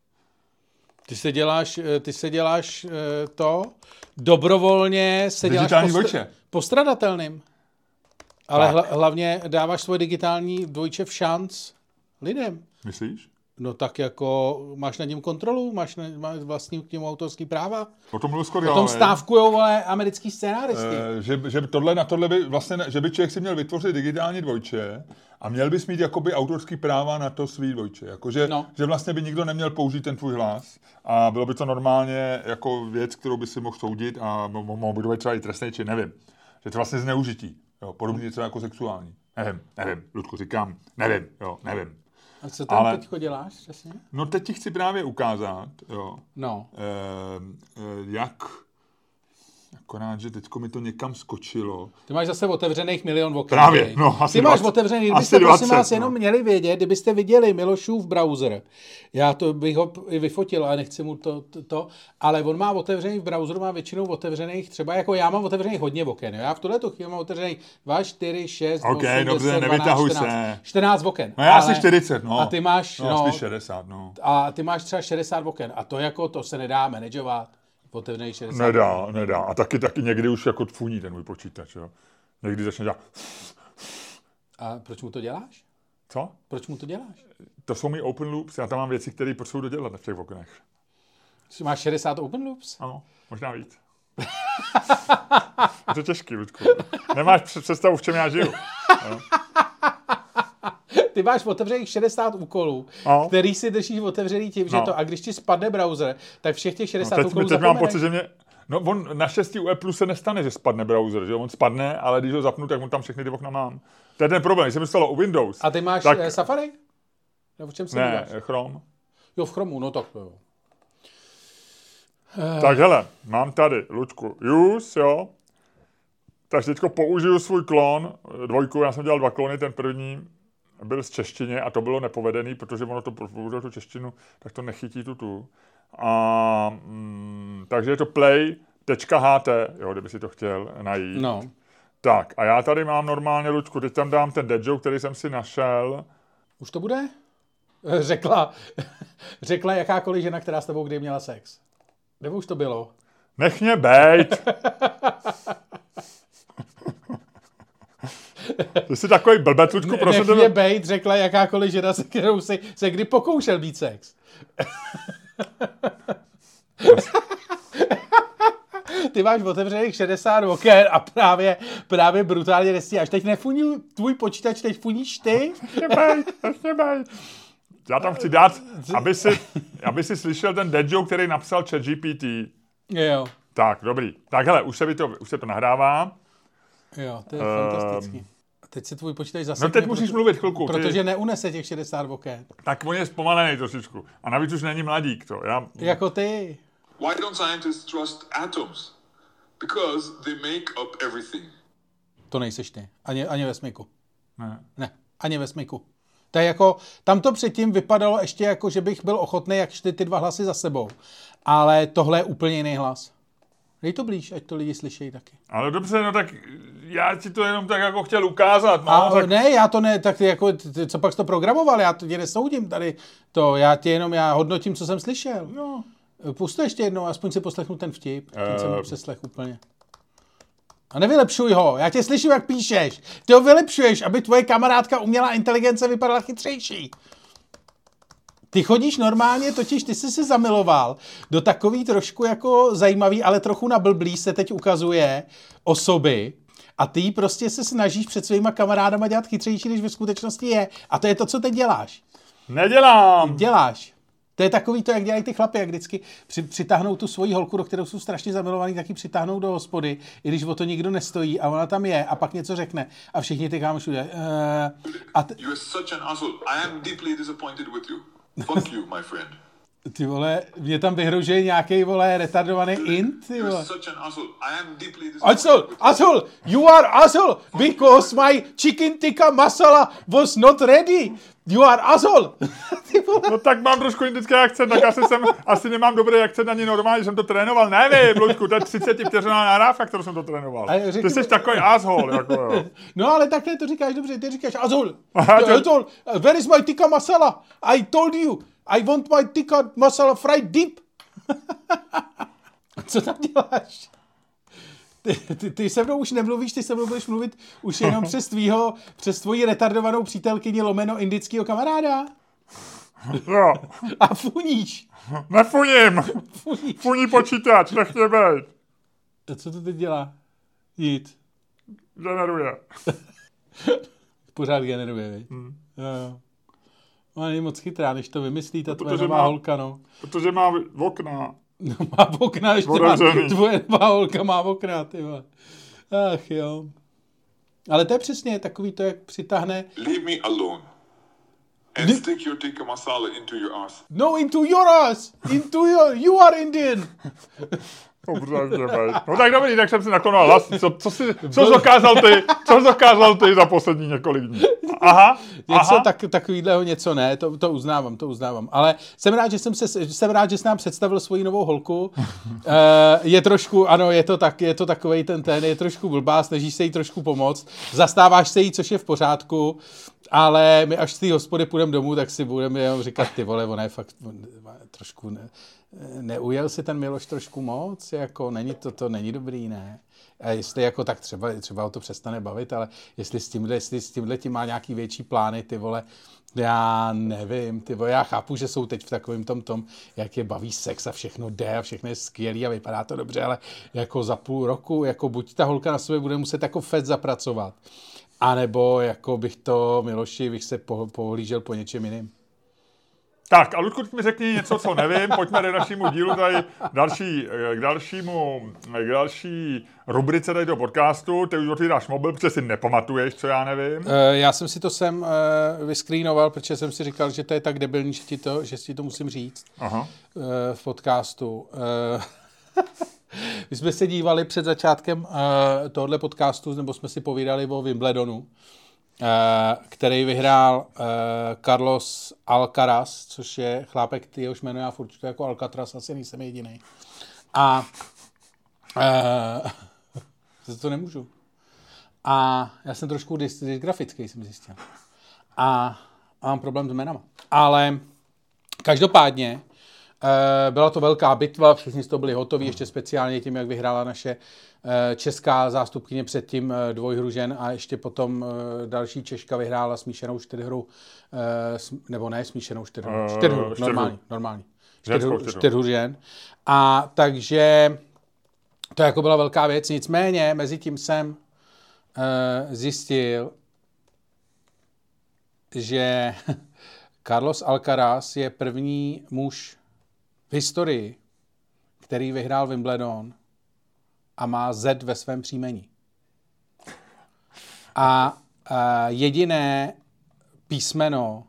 Ty se děláš, eh, ty se děláš eh, to, dobrovolně se děláš Digitální dvojče. postradatelným. Ale Tak. hla, hlavně dáváš svoje digitální dvojče v šanc lidem. Myslíš? No tak jako máš nad ním kontrolu, máš, na, máš vlastní k němu autorský práva. O tom mluvil skoro, Potom ale- stávkujou vole americký scénáristy. Eh, že, že tohle na tohle by vlastně, ne- že by člověk si měl vytvořit digitální dvojče a měl bys mít jakoby autorský práva na to svý dvojče. Jakože, No. že vlastně by nikdo neměl použít ten tvůj hlas a bylo by to normálně jako věc, kterou by si mohl soudit a mo- mo- mohl by to být třeba i trestný čin, nevím. Že to vlastně zneužití. Jo, podobně třeba jako sexuální. Nevím, nevím, Ludku, říkám, nevím, jo, nevím. A co tam ale- teďko děláš přesně? No teď ti chci právě ukázat, jo, No. eh, eh, jak, akorát, že teďko mi to někam skočilo. Ty máš zase otevřených milion oken. Právě, viď? no, asi Ty máš dvacet. otevřený, Asi kdybyste prosím dvacet, vás no. jenom měli vědět, kdybyste viděli Milošův browser, já to bych ho i vyfotil, ale nechci mu to, to, to, ale on má otevřený v browseru, má většinou otevřených, třeba jako já mám otevřených hodně oken, jo? Já v tuhletu chvíli mám otevřených dva, čtyři, šest, OK, osm, dobře, deset, nevytahuj dvanáct, čtrnáct, se. čtrnáct oken. No já ale- asi čtyřicet, no. A ty máš, no, no, spíš šedesát, no. a ty máš třeba šedesát oken a to jako, to se nedá manažovat. Otevřených šedesát. Nedá, nedá. A taky, taky někdy už jako tfuní ten můj počítač, jo. Někdy začne dělat... A proč mu to děláš? Co? Proč mu to děláš? To jsou mi open loops, já tam mám věci, které potřebuji dodělat v těch oknech. Máš šedesát open loops? Ano, možná víc. Je to těžký, Ludku. Nemáš představu, v čem já žiju. No. Ty máš otevřených šedesát úkolů, no. který si držíš otevřený tím, že no. to, a když ti spadne browser, tak všech těch šedesát no, teď, úkolů teď mám pocit, že mě, no on naštěstí u Apple se nestane, že spadne browser, že on spadne, ale když ho zapnu, tak on tam všechny ty okna mám. To je ten problém, když se mi stalo u Windows. A ty máš tak... Safari? Nebo v čem se Ne, díváš? Chrome. Jo, v Chromu, no tak jo. Tak hele, mám tady, Ludku, use, jo. Takže teďko použiju svůj klon, dvojku, já jsem dělal dva klony, ten první byl z češtině a to bylo nepovedený, protože ono to použilo tu češtinu, tak to nechytí tu tu. A, mm, takže je to play.ht, jo, kdyby si to chtěl najít. No. Tak, a já tady mám normálně, Ludku, teď tam dám ten dead joke, který jsem si našel. Už to bude? Řekla, řekla jakákoliv žena, která s tebou kdy měla sex. Nebo už to bylo? Nech mě bejt. Ty jsi takový blbec, Ludku, prosím. Nech mě bejt, řekla jakákoliv žena, se kterou si se kdy pokoušel být sex. Ty máš otevřených šedesát oken a právě, právě brutálně nestíháš. Teď nefuní tvůj počítač, teď funíš ty? Nech mě bejt, nech mě bejt. Já tam chci dát, aby si, aby si slyšel ten dead joke, který napsal ChatGPT. Jo. Tak, dobrý. Tak hele, už se, to, už se to nahrává. Jo, to je um, fantastický. Teď si tvůj počítač zase... No teď musíš proto, mluvit chvilku. Protože ty... neunese těch šedesát oken. Tak on je zpomalený trošičku. A navíc už není mladík to. Já... Jako ty. Why don't scientists trust atoms? Because they make up everything. To nejseš ty. Ani, ani ve smyku. Ne. Ne, ani ve smyku. To je jako, tam to předtím vypadalo ještě jako, že bych byl ochotný, jak šli ty dva hlasy za sebou. Ale tohle je úplně jiný hlas. Dej to blíž, ať to lidi slyšejí taky. Ale dobře, no tak já ti to jenom tak jako chtěl ukázat. No, A tak... ne, já to ne, tak jako, ty, co pak jsi to programoval, já to tě nesoudím tady. To, já tě jenom, já hodnotím, co jsem slyšel. No. Pust to ještě jednou, aspoň si poslechnu ten vtip. Ten Uh... jsem ho přeslech úplně. A nevylepšuj ho, já tě slyším, jak píšeš. Ty ho vylepšuješ, aby tvoje kamarádka umělá inteligence vypadala chytřejší. Ty chodíš normálně, totiž ty jsi se zamiloval do takový trošku jako zajímavý, ale trochu nablblý se teď ukazuje osoby a ty prostě se snažíš před svýma kamarádama dělat chytřejší, než ve skutečnosti je. A to je to, co teď děláš. Nedělám. Děláš. To je takový to, jak dělají ty chlapi, jak vždycky při, přitáhnou tu svoji holku, do kterou jsou strašně zamilovaný, tak ji přitáhnou do hospody, i když o to nikdo nestojí a ona tam je a pak něco řekne a všichni ty kámoši udělají. Uh, a t- You're such an asshole. I am deeply disappointed with you. Fuck you, my friend. Ty vole, mě tam vyhrožuje nějaký vole retardovaný int, ty vole. You're such an asshole. I am deeply disappointed. Asshole, asshole, you are asshole because my chicken tikka masala was not ready. You are asshole. No tak mám trošku indický akcent, tak asi jsem, asi nemám dobrý akcent ani normálně, jsem to trénoval. Nevím, Luďku, to je třicet vteřinová nahrávka, kterou jsem to trénoval. Ty jsi takový asshole, jako jo. No ale takhle to říkáš dobře, ty říkáš asshole. Asshole, where is my tikka masala? I told you, I want my tikka masala fried deep. Co tam děláš? Ty, ty, ty se mnou už nemluvíš, ty se mnou budeš mluvit už jenom přes tvýho, přes tvoji retardovanou přítelkyni lomeno indickýho kamaráda. Jo. A funíš. Nefuním. Funíš. Funí počítač, nech mě bejt. A co to teď dělá? Jít. Generuje. Pořád generuje, veď? Hmm. Jo, jo. Ona není moc chytrá, než to vymyslí ta No, tvoje nová má, holka, no. Protože má okna. No, má okna, ještě má, tvoje nová holka má okna, ty vole. Ach jo. Ale to je přesně takový to, jak přitáhne... Leave me alone. And Li- stick your tikka masala into your ass. No, into your ass! Into your... You are Indian! No tak dobrý, tak jsem si nakonal hlas. Co, co jsi, co jsi dokázal ty? Co jsi dokázal ty za poslední několik dní? Aha, něco aha. tak, takovýhleho něco ne, to, to uznávám, to uznávám. Ale jsem rád, že jsem se, jsem rád, že jsi nám představil svoji novou holku. Uh, je trošku, ano, je to tak, je to takovej ten ten, je trošku blbá, snažíš se jí trošku pomoct. Zastáváš se jí, což je v pořádku, ale my až z té hospody půjdeme domů, tak si budeme jenom říkat, ty vole, ona je fakt trošku... Ne, neujel si ten Miloš trošku moc, jako není to, to není dobrý, ne? A jestli jako tak třeba, třeba o to přestane bavit, ale jestli s tímhle, jestli s tímhle tím má nějaký větší plány, ty vole, já nevím, ty vole, já chápu, že jsou teď v takovém tom tom, jak je baví sex a všechno jde a všechno je skvělý a vypadá to dobře, ale jako za půl roku, jako buď ta holka na sobě bude muset jako fest zapracovat, anebo jako bych to, Miloši, bych se po, pohlížel po něčem jiným. Tak a Ludku, teď mi řekni něco, co nevím. Pojďme k dalšímu dílu, tady další, k dalšímu, k další rubrice tady do podcastu. Ty už otvíráš mobil, protože si nepamatuješ, co já nevím. Já jsem si to sem vyscreenoval, protože jsem si říkal, že to je tak debilní, že ti to, že si to musím říct. Aha. V podcastu. My jsme se dívali před začátkem tohohle podcastu, nebo jsme si povídali o Wimbledonu, který vyhrál Carlos Alcaraz, což je chlápek, jehož jméno já furt čtu jako Alcatraz, asi nejsem jediný. A uh, to nemůžu. A já jsem trošku dysgrafický, jsem zjistil. A, a mám problém s jménama. Ale každopádně byla to velká bitva, všichni z toho byli hotoví, ještě speciálně tím, jak vyhrála naše česká zástupkyně předtím dvojhru žen a ještě potom další Češka vyhrála smíšenou čtyřhru, nebo ne smíšenou čtyřhru, čtyřhru, uh, normální, normální, čtyřhru, čtyřhru žen. A takže to jako byla velká věc, nicméně mezi tím jsem uh, zjistil, že Carlos Alcaraz je první muž v historii, který vyhrál Wimbledon a má Z ve svém příjmení. A, a jediné písmeno,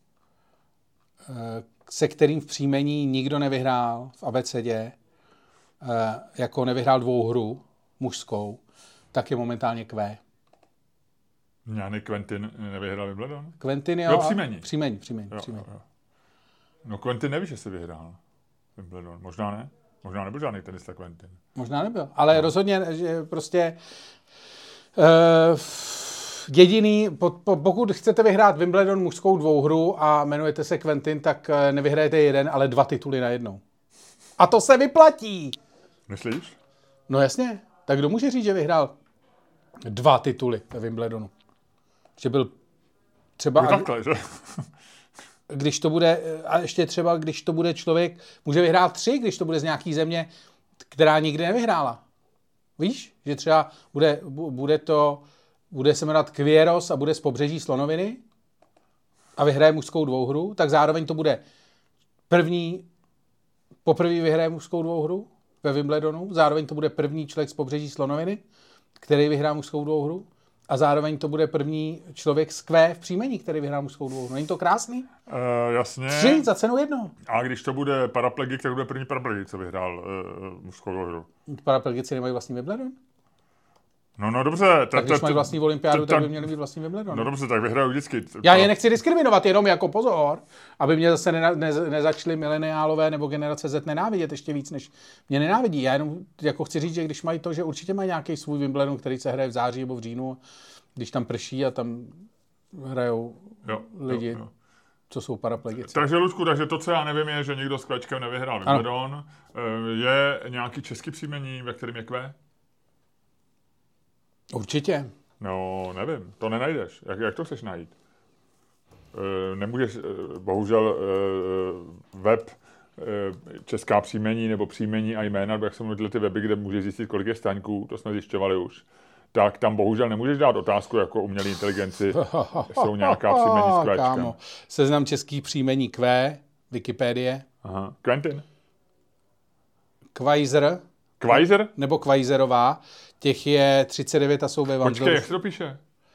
se kterým v příjmení nikdo nevyhrál v abecedě, jako nevyhrál dvouhru mužskou, tak je momentálně Q. Žádný Quentin nevyhrál Wimbledon? Quentin jo. Jo, příjmení. Příjmení, příjmení, jo, příjmení. Jo, jo. No Quentin neví, že se vyhrál Wimbledon. Možná ne. Možná nebyl žádný tenista Quentin. Možná nebyl, ale no. Rozhodně, že prostě uh, jediný, po, po, pokud chcete vyhrát Wimbledon mužskou dvouhru a jmenujete se Quentin, tak nevyhrajete jeden, ale dva tituly najednou. A to se vyplatí! Myslíš? No jasně. Tak kdo může říct, že vyhrál dva tituly ve Wimbledonu? Že byl třeba... No takhle, že? Když to bude, a ještě třeba, když to bude člověk, může vyhrát tři, když to bude z nějaký země, která nikdy nevyhrála. Víš? Že třeba bude, bude to, bude se jmenovat Quiros a bude z pobřeží Slonoviny a vyhraje mužskou dvouhru, tak zároveň to bude první, poprvé vyhraje mužskou dvouhru ve Wimbledonu, zároveň to bude první člověk z pobřeží Slonoviny, který vyhrá mužskou dvouhru. A zároveň to bude první člověk z Q v příjmení, který vyhrál mužskou dvouhru. Není to krásný? Uh, jasně. Tři za cenu jedno. A když to bude paraplegik, tak bude první paraplegik, co vyhrál uh, mužskou dvouhru. Paraplegici nemají vlastní Wimbledon? No, no dobře. Ta, tak když ta, mají vlastní olympiádu, tak by měli mít vlastní Wimbledon. No dobře, tak vyhrajou vždycky. Já je nechci diskriminovat, jenom jako pozor, aby mě zase nena, ne, nezačali mileniálové nebo generace Z nenávidět ještě víc, než mě nenávidí. Já jenom jako chci říct, že když mají to, že určitě mají nějaký svůj Wimbledon, který se hraje v září nebo v říjnu, když tam prší a tam hrajou jo, lidi, jo, jo. co jsou paraplegici. Takže, Luďku, takže to, co já nevím, je, že nikdo s Kvéčkem nevyhrál Wimbledon. Je nějaký český příjmení, ve kterém je Q? Určitě. No, nevím, to nenajdeš. Jak, jak to chceš najít? E, nemůžeš, bohužel web česká příjmení nebo příjmení a jména, jak jsou tyhle ty weby, kde můžeš zjistit, kolik je staňků, to jsme zjišťovali už, tak tam bohužel nemůžeš dát otázku jako umělé inteligenci, jsou nějaká příjmení s Kvéčkem. Kámo, seznam českých příjmení Q, Wikipedie. Aha. Quentin? Kvajzer. Kvajzer? Nebo Kvajzerová. Těch je třicet devět a jsou ve Vansdorfu. Počkej, jak se to píše?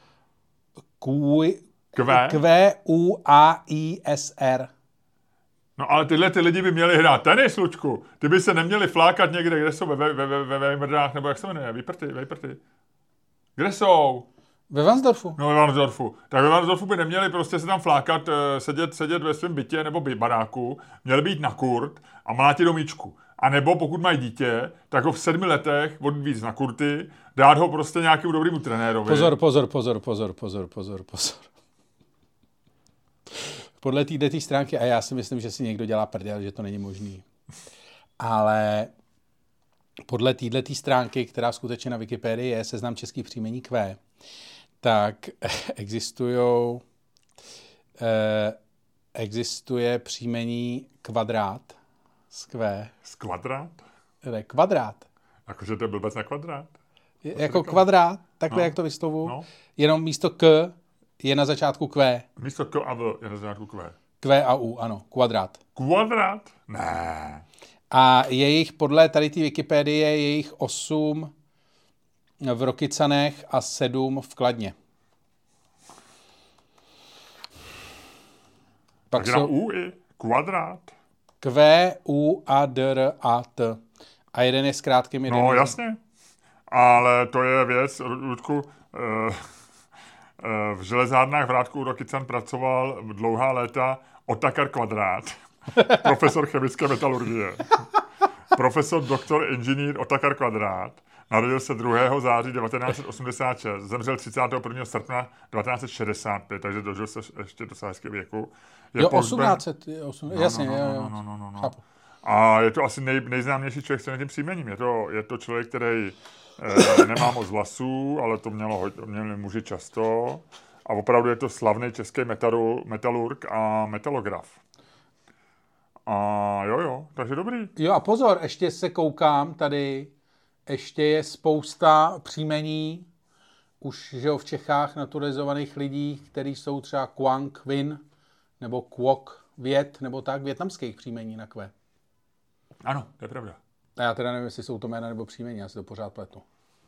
Q U A I S R. No ale tyhle ty lidi by měli hrát tenis, Lučku. Ty by se neměli flákat někde, kde jsou ve, ve, ve, ve, ve Vejmrdách, nebo jak se jmenuje, Výprty, Vejprty. Kde jsou? Ve Vansdorfu. No ve Vansdorfu. Tak ve Vansdorfu by neměli prostě se tam flákat, sedět, sedět ve svém bytě nebo baráku, měli být na kurt a mlátit do míčku. A nebo pokud mají dítě, tak ho v sedmi letech odvíc na kurty, dát ho prostě nějakému dobrému trenérovi. Pozor, pozor, pozor, pozor, pozor, pozor, pozor. Podle této stránky, a já si myslím, že si někdo dělá prdel, že to není možný. Ale podle této stránky, která skutečně na Wikipedii je seznam českých příjmení Q, tak existují eh, existuje příjmení kvadrát z Q. Z kvadrát? Ne, kvadrát. Jakože to je blbec na kvadrát? Je, jako říkal? Kvadrát, takhle, no. Jak to vyslovu. No. Jenom místo K je na začátku Q. Místo K a V je na začátku Q. Q a U, ano, kvadrát. Kvadrát? Ne. A jejich, podle tady té Wikipedie, je jejich osm v Rokycanech a sedm v Kladně. Pak tak jsou... na U i kvadrát. Q, U, A, D, R, A, T. A jeden je s krátkým, jeden No je... jasně, ale to je věc, Ludku, v železárnách v Rádku u Rokycan pracoval dlouhá léta Otakar Kvadrát, profesor chemické metalurgie. Profesor doktor inženýr Otakar Kvadrát. Narodil se druhého září devatenáct set osmdesát šest, zemřel třicátého prvního srpna devatenáct set šedesát pět, takže dožil se ještě do sářského věku. Je jo, osmnáct set, osm... no, jasně, no, no, jo, no, no, no, no. A je to asi nej, nejznámější člověk s tím příjmením. Je to, je to člověk, který eh, nemá moc vlasů, ale to mělo, měli muži často. A opravdu je to slavný český metalu, metalurg a metalograf. A jo, jo, takže dobrý. Jo a pozor, ještě se koukám tady, ještě je spousta příjmení už že jo, v Čechách naturalizovaných lidí, kteří jsou třeba Quang Vin nebo Quoc Viet, nebo tak, větnamských příjmení na Q. Ano, to je pravda. A já teda nevím, jestli jsou to jména nebo příjmení, já si to pořád pletu.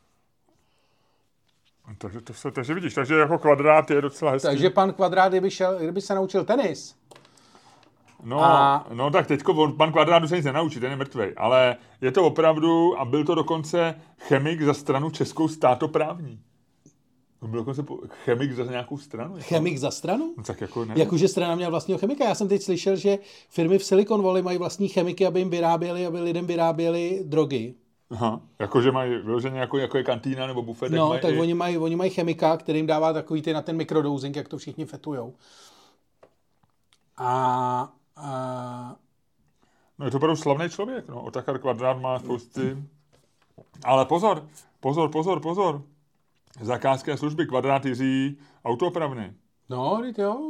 Takže, to se, takže vidíš, takže jako Kvadrát je docela hezký. Takže pan Kvadrát, kdyby, šel, kdyby se naučil tenis. No, a... no tak teďko on, pan Kvadrát se nic nenaučí, ten je mrtvej, ale je to opravdu, a byl to dokonce chemik za stranu českou státoprávní. On byl dokonce chemik za nějakou stranu. Jako? Chemik za stranu? No, tak jako Jakože strana měla vlastního chemika. Já jsem teď slyšel, že firmy v Silicon Valley mají vlastní chemiky, aby jim vyráběli, aby lidem vyráběli drogy. Aha, jakože mají vyloženě jako, jako je kantýna nebo bufet. No, mají tak i... oni mají, oni mají chemika, který jim dává takový ty na ten mikrodosing, jak to všichni fetujou. A... a... No je to opravdu slavný člověk, no. Otakar Kvadrát má spousty... Ale pozor, pozor, pozor, pozor. Zakázky a služby, Kvadrát Jiří, autoopravny. No, jo.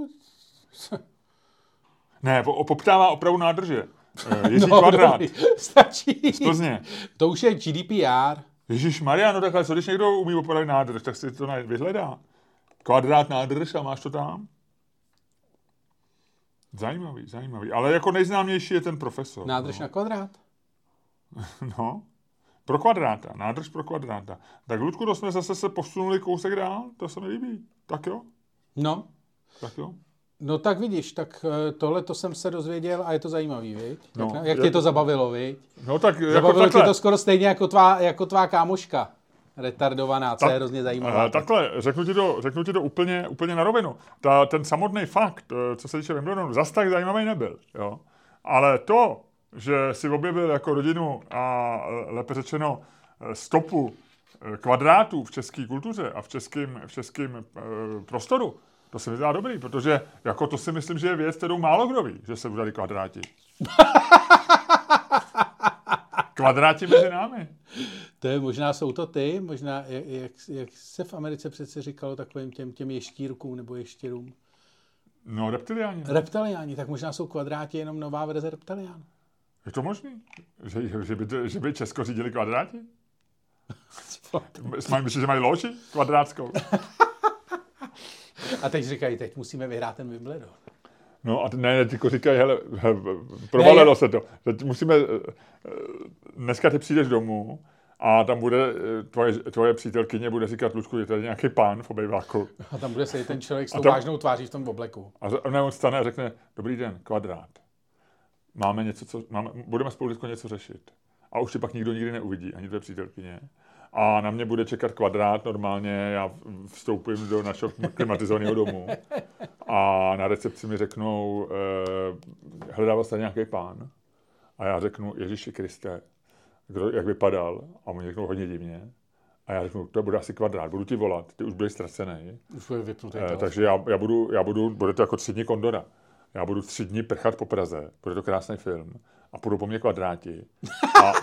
Ne, po, poptává opravu nádrže. Jiří no, Kvadrát. Dobrý. Stačí. Z Plzně. To už je G D P R. Ježíš Maria, no takhle, co když někdo umí opravit nádrž, tak si to vyhledá. Kvadrát nádrž a máš to tam? Zajímavý, zajímavý. Ale jako nejznámější je ten profesor. Nádrž no. na kvadrát. No. Pro Kvadráta, nádrž pro Kvadráta. Tak, Ludku, to jsme zase se posunuli kousek dál, to se mi líbí. Tak jo? No. Tak jo? No tak vidíš, tak tohle to jsem se dozvěděl a je to zajímavý, viď? No, jak jak je... tě to zabavilo, viď? No tak jako zabavilo takhle. tě to skoro stejně jako tvá, jako tvá kámoška. Retardovaná, co tak, je hrozně zajímavá. Uh, takhle, řeknu ti to, řeknu ti to úplně, úplně na rovinu. Ta, ten samotný fakt, co se týče Wimbledonu, zas tak zajímavý nebyl. Jo? Ale to, že si objevil jako rodinu a lépe řečeno stopu kvadrátů v české kultuře a v českém v českém uh, prostoru, to se mi zdá dobrý, protože jako to si myslím, že je věc, kterou málo kdo ví, že se udali kvadráti. Kvadráti mezi námi. To je, možná jsou to ty, možná, jak, jak, jak se v Americe přece říkalo takovým těm, těm ještírkům nebo ještěrům. No, reptiliáni. Reptiliáni, tak možná jsou kvadráti jenom nová verze reptilián. Je to možný? Že, že, by, že by Česko řídili kvadráti? Myslíš, že mají loži kvadrátskou? A teď říkají, teď musíme vyhrát ten Wimbledon. No a ne, tyko říkají, hele, provalilo se to. Teď musíme, dneska ty přijdeš domů a tam bude tvoje, tvoje přítelkyně bude říkat, Lučku, je tady nějaký pán v obejváku. A tam bude sedět ten člověk s tou tam, vážnou tváří v tom obleku. A ne, on stane a řekne, dobrý den, kvadrát. Máme něco, co, máme, budeme spolu něco řešit. A už tě pak nikdo nikdy neuvidí, ani tvoje přítelkyně. A na mě bude čekat kvadrát normálně, já vstoupím do našeho klimatizovaného domu a na recepci mi řeknou, eh, hledával jste nějaký pán? A já řeknu, Ježíši Kriste, kdo, jak vypadal? A oni řeknou hodně divně. A já řeknu, to bude asi kvadrát, budu ti volat, ty už byli ztracený. Už bude vypnutý. Eh, takže já, já, budu, já budu, bude to jako tři dny Kondora. Já budu tři dny prchat po Praze, bude to krásný film a půjdu po mně kvadráti. A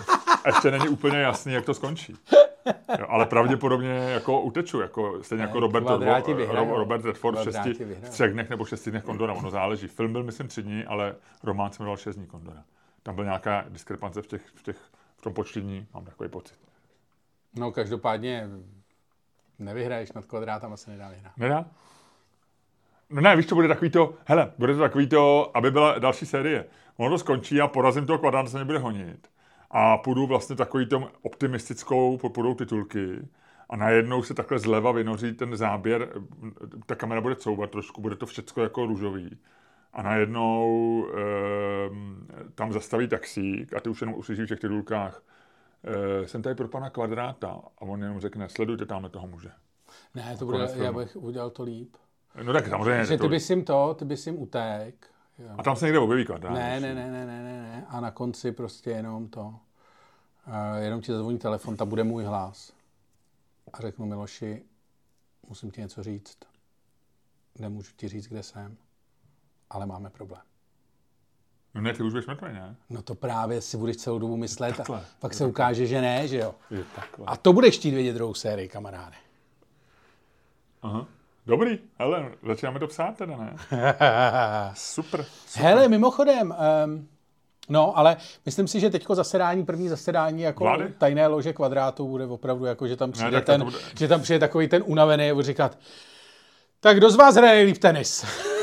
ještě není úplně jasný, jak to skončí. Jo, ale pravděpodobně jako uteču, jako, stejně ne, jako Robert, Ro, Robert Redford v šesti, v třech dnech nebo šesti dnech Kondora, ono záleží. Film byl, myslím, tři dní, ale román se jmenoval šest dní Kondora. Tam byl nějaká diskrepance v, těch, v, těch, v tom počtu dní, mám takový pocit. No každopádně nevyhraješ nad Kvadrátem, asi nedá vyhrát. Nedá? No ne, víš, to bude takový to, hele, bude to takový to, aby byla další série. Ono to skončí a porazím toho Kvadráta, se mě bude honit. A půjdu vlastně takový tom optimistickou, půjdou titulky a najednou se takhle zleva vynoří ten záběr, ta kamera bude couvat trošku, bude to všecko jako růžový. A najednou e, tam zastaví taxík a ty už jenom uslyší v těch titulkách e, jsem tady pro pana Kvadráta a on jenom řekne, sledujte tamhle toho muže. Ne, to bude, já bych udělal to líp. No tak samozřejmě. Že ty bys jim to, ty bys jim uték. Jo. A tam se někde objeví Kvadrát. Ne, ne, ne, ne, ne, ne. A na konci prostě jenom to. Uh, jenom ti zazvoní telefon, tam bude můj hlas. A řeknu Miloši, musím ti něco říct. Nemůžu ti říct, kde jsem. Ale máme problém. No ne, ty už budeš mrtvý, ne? No to právě si budeš celou dobu myslet takhle, a pak se ukáže, že ne, že jo. Je takhle. A to budeš chtít vědět druhou sérii, kamaráde. Aha. Dobrý, hele, začínáme to psát teda, ne? Super, super. Hele, mimochodem, um, no, ale myslím si, že teďko zasedání, první zasedání jako Vlády? Tajné lože Kvadrátu bude opravdu jako, že tam přijde, ne, ten, bude... že tam přijde takový ten unavený a bude říkat, tak kdo z vás hraje nejlíp tenis?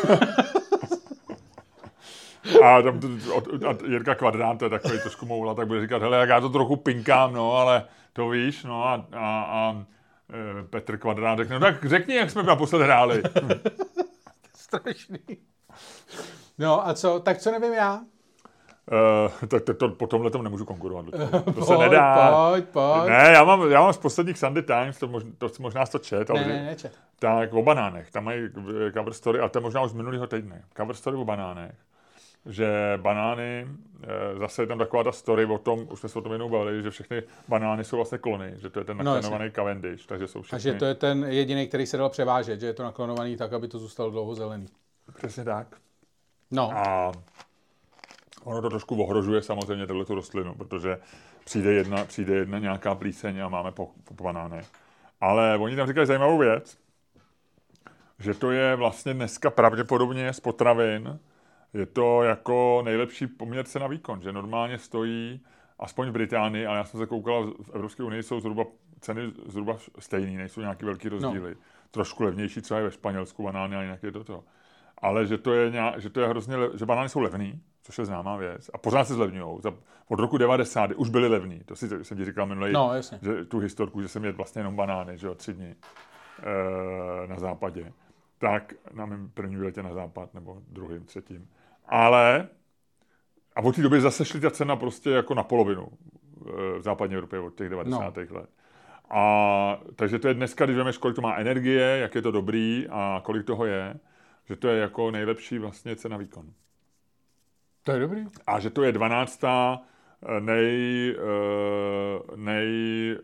A tam a Jirka Kvadrát, to je takový trošku moula, tak bude říkat, hele, jak já to trochu pinkám, no, ale to víš, no a, a, a Petr Kvadrát řekne, no tak řekni, jak jsme naposled hráli. Strašný. No a co, tak co nevím já? Uh, tak to, to, po tomhle tomu nemůžu konkurovat. To, to pojď, se nedá. Pojď, pojď. Ne, já mám, já mám z posledních Sunday Times, to, mož, to možná to čet, ale ne, ne, nečet. Tak o banánech, tam mají cover story, a to je možná už z minulého týdne. Cover story o banánech. Že banány, zase je tam taková ta story o tom, už jsme se o tom jednou bavili, že všechny banány jsou vlastně klony, že to je ten naklonovaný no, Cavendish, takže jsou všechny... A že to je ten jediný, který se dal převážet, že je to naklonovaný tak, aby to zůstalo dlouho zelený. Přesně tak. No. A ono to trošku ohrožuje samozřejmě tato rostlinu, protože přijde jedna, přijde jedna nějaká plíseň a máme po, po banánech. Ale oni tam říkají zajímavou věc, že to je vlastně dneska pravděpodobně z potravin. Je to jako nejlepší poměr cena výkon, že normálně stojí, aspoň v Británii, ale já jsem se koukal, v Evropské unii jsou zhruba ceny zhruba stejný, nejsou nějaký velký rozdíly. No. Trošku levnější, třeba je ve Španělsku banány a jinak je to to. Ale že to je, nějak, že to je hrozně, lev, že banány jsou levný, což je známá věc, a pořád se zlevňujou. Od roku devadesát už byly levný, to si, jsem ti říkal minulý, no, že tu historku, že jsem jedl vlastně jenom banány, že jo, tři dny e, na západě. Tak na mém prvním výletě na západ, nebo druhým, třetím. Ale a od té doby zase šly ta cena prostě jako na polovinu v západní Evropě od těch devadesátých No. let. A takže to je dneska, když vemeš, kolik to má energie, jak je to dobrý a kolik toho je, že to je jako nejlepší vlastně cena výkon. To je dobrý. A že to je dvanáctá nej, nej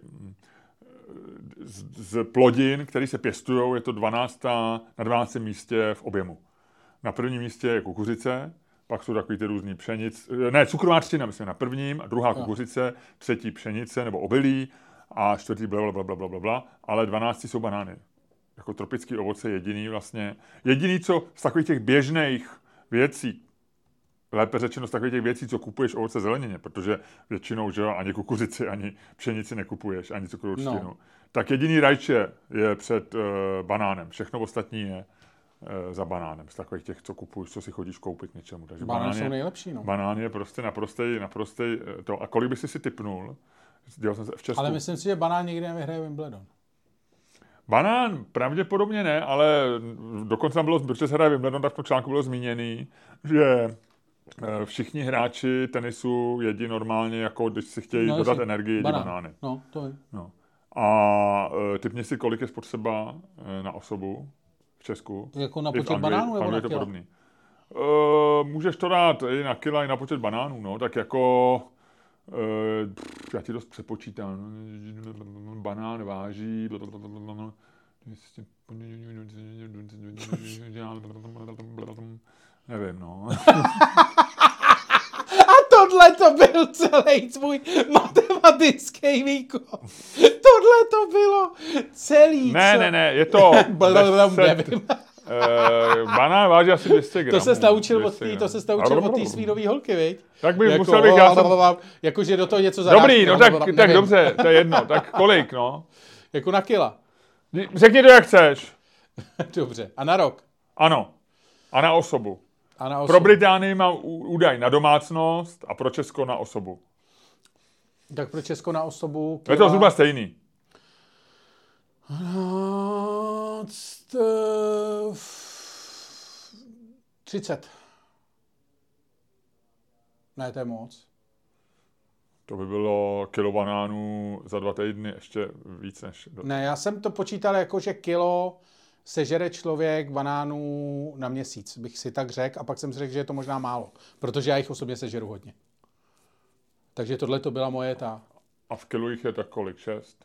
z, z plodin, které se pěstujou, je to dvanáctá na dvanáctém místě v objemu. Na prvním místě je kukuřice, pak jsou takový ty různý pšenic, ne, cukrová třtina, myslím, na prvním, druhá kukuřice, třetí pšenice nebo obilí a čtvrtý blablabla, bla, bla, bla, bla, ale dvanáctý jsou banány. Jako tropický ovoce jediný vlastně. Jediný, co z takových těch běžných věcí, lépe řečeno z takových těch věcí, co kupuješ ovoce zelenině, protože většinou, že ani kukuřici, ani pšenici nekupuješ, ani cukrovou třtinu. No. Tak jediný rajče je před uh, banánem. Všechno ostatní je za banánem, z takových těch, co kupuješ, co si chodíš koupit něčemu. Takže banán, banán jsou nejlepší, no. Banán je prostě naprostej, naprostej to. A kolik by si si tipnul? Dělal jsem se v Česku. Ale myslím si, že banán nikdy nevyhraje Wimbledon. Banán pravděpodobně ne, ale dokonce tam bylo, protože se hraje Wimbledon, tak v tom článku bylo zmíněný, že všichni hráči tenisu jedí normálně, jako když si chtějí no, dodat energii, jedí banán. banány. No, to je. No. A tipni si, kolik je spotřeba na osobu v Česku. Jako na počet banánů nebo na kila? Uh, můžeš to dát i na kila, i na počet banánů, no, tak jako uh, pff, já ti dost přepočítám. Banán váží nevím, no. A tohle to byl celý tvůj matematický Dramatický výkon. Tohle to bylo celý. Ne, co? ne, ne, je to Nevím. uh, banán váží asi dvě stě gramů. To se naučil od té, gramů. to se naučil od té svý nový holky, viď? Tak bych jako, musel bych, já jsem... Jakože do toho něco zadáš. Dobrý, no tak, tak dobře, to je jedno. Tak kolik, no? Jako na kila. Řekni to, jak chceš. Dobře. A na rok? Ano. A na osobu. A na osobu. Pro Británii mám údaj na domácnost a pro Česko na osobu. Tak pro Česko na osobu... Kila... Je to zhruba stejný. třicet. Ne, to je moc. To by bylo kilo banánů za dva týdny ještě víc než... Ne, já jsem to počítal jako, že kilo sežere člověk banánů na měsíc, bych si tak řekl, a pak jsem si řekl, že je to možná málo, protože já jich osobně sežeru hodně. Takže tohle to byla moje ta... A v kilu jich je tak kolik? Šest?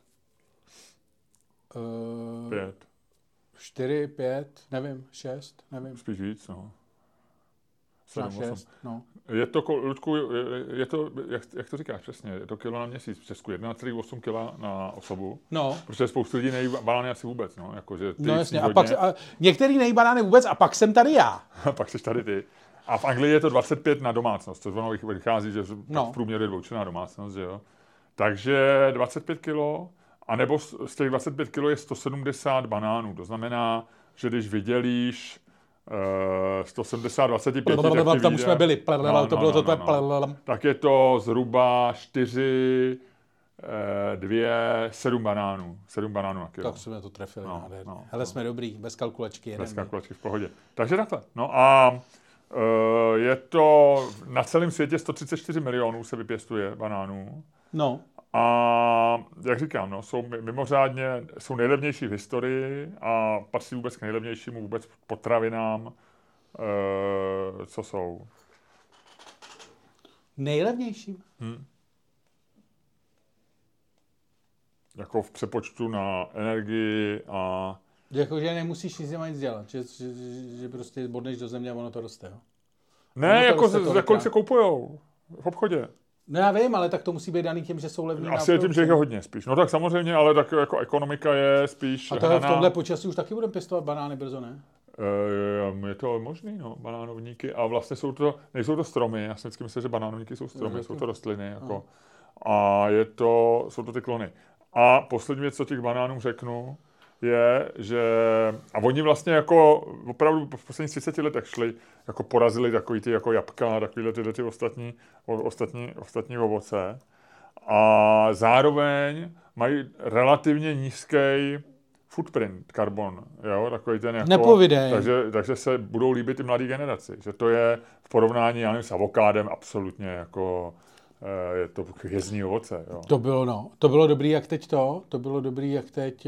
Uh, pět? Čtyři, pět, nevím, šest, nevím. Spíš víc, no. Sedm, šest, no. Je to, Ludku, je, je to, jak, jak to říkáš přesně, je to kilo na měsíc v Česku, jedna celá osm kila na osobu. No. Protože spoustu lidí nejí banány asi vůbec, no. Jako, že ty no jasně, a hodně, pak, a některý nejí banány vůbec a pak jsem tady já. A pak jsi tady ty. A v Anglii je to dvacet pět na domácnost, což ono vychází, že no. v průměru je dvoučlenná domácnost, že jo. Takže dvacet pět kilo, anebo z těch dvacet pět kilo je sto sedmdesát banánů. To znamená, že když vydělíš uh, sto sedmdesát dvacet pět, tak tam už jsme byli, to bylo to, tak je to zhruba čtyři, dvě, sedm banánů. Sedm banánů na kilo. Tak jsme to trefili. No, no, no, Hele, no. jsme dobrý, bez kalkulačky. Jeden bez kalkulačky v pohodě. Takže takhle. No a uh, je to na celém světě sto třicet čtyři milionů se vypěstuje banánů. No. A jak říkám, no, jsou mimořádně, jsou nejlevnější v historii a patří vůbec k nejlevnějšímu vůbec potravinám, e, co jsou. Nejlevnějším? Hm. Jako v přepočtu na energii a... Jakože nemusíš nic nic dělat, že, že, že prostě bodneš do země a ono to roste, jo? Ne, jako za kolik se koupujou v obchodě. No já vím, ale tak to musí být daný tím, že jsou levný. Asi je tím, že jich je hodně spíš. No tak samozřejmě, ale tak jako ekonomika je spíš... A to v tomhle počasí už taky budeme pěstovat banány brzo, ne? E, je to možný, no, banánovníky. A vlastně jsou to, nejsou to stromy, já si vždycky myslím, že banánovníky jsou stromy, no, jsou to rostliny. Jako. A je to, jsou to ty klony. A poslední věc, co těch banánů řeknu, je, že... A oni vlastně jako opravdu v posledních třiceti letech šli, jako porazili takový ty jako jabka, takovýhle tyhle ty ostatní, ostatní, ostatní ovoce. A zároveň mají relativně nízký footprint karbon, jo, takový ten jako... Nepovidej. Takže, takže se budou líbit i mladý generaci, že to je v porovnání, já nevím, s avokádem absolutně jako... Je to hvězdní ovoce, jo. To bylo, no. To bylo dobrý, jak teď to. To bylo dobrý, jak teď...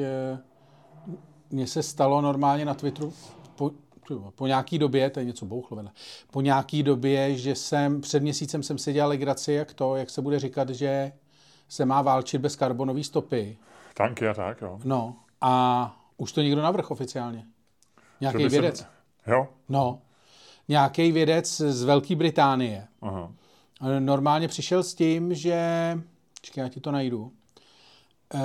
Mně se stalo normálně na Twitteru po, po nějaký době, to je něco bouchlo vedle, po nějaký době, že jsem, před měsícem jsem si dělal legraci, jak to, jak se bude říkat, že se má válčit bez karbonové stopy. Tanky a tak, jo. No, a už to někdo navrhl oficiálně. Nějaký vědec. Se... Jo? No, nějaký vědec z Velké Británie. Aha. Normálně přišel s tím, že, čekaj, já ti to najdu, e,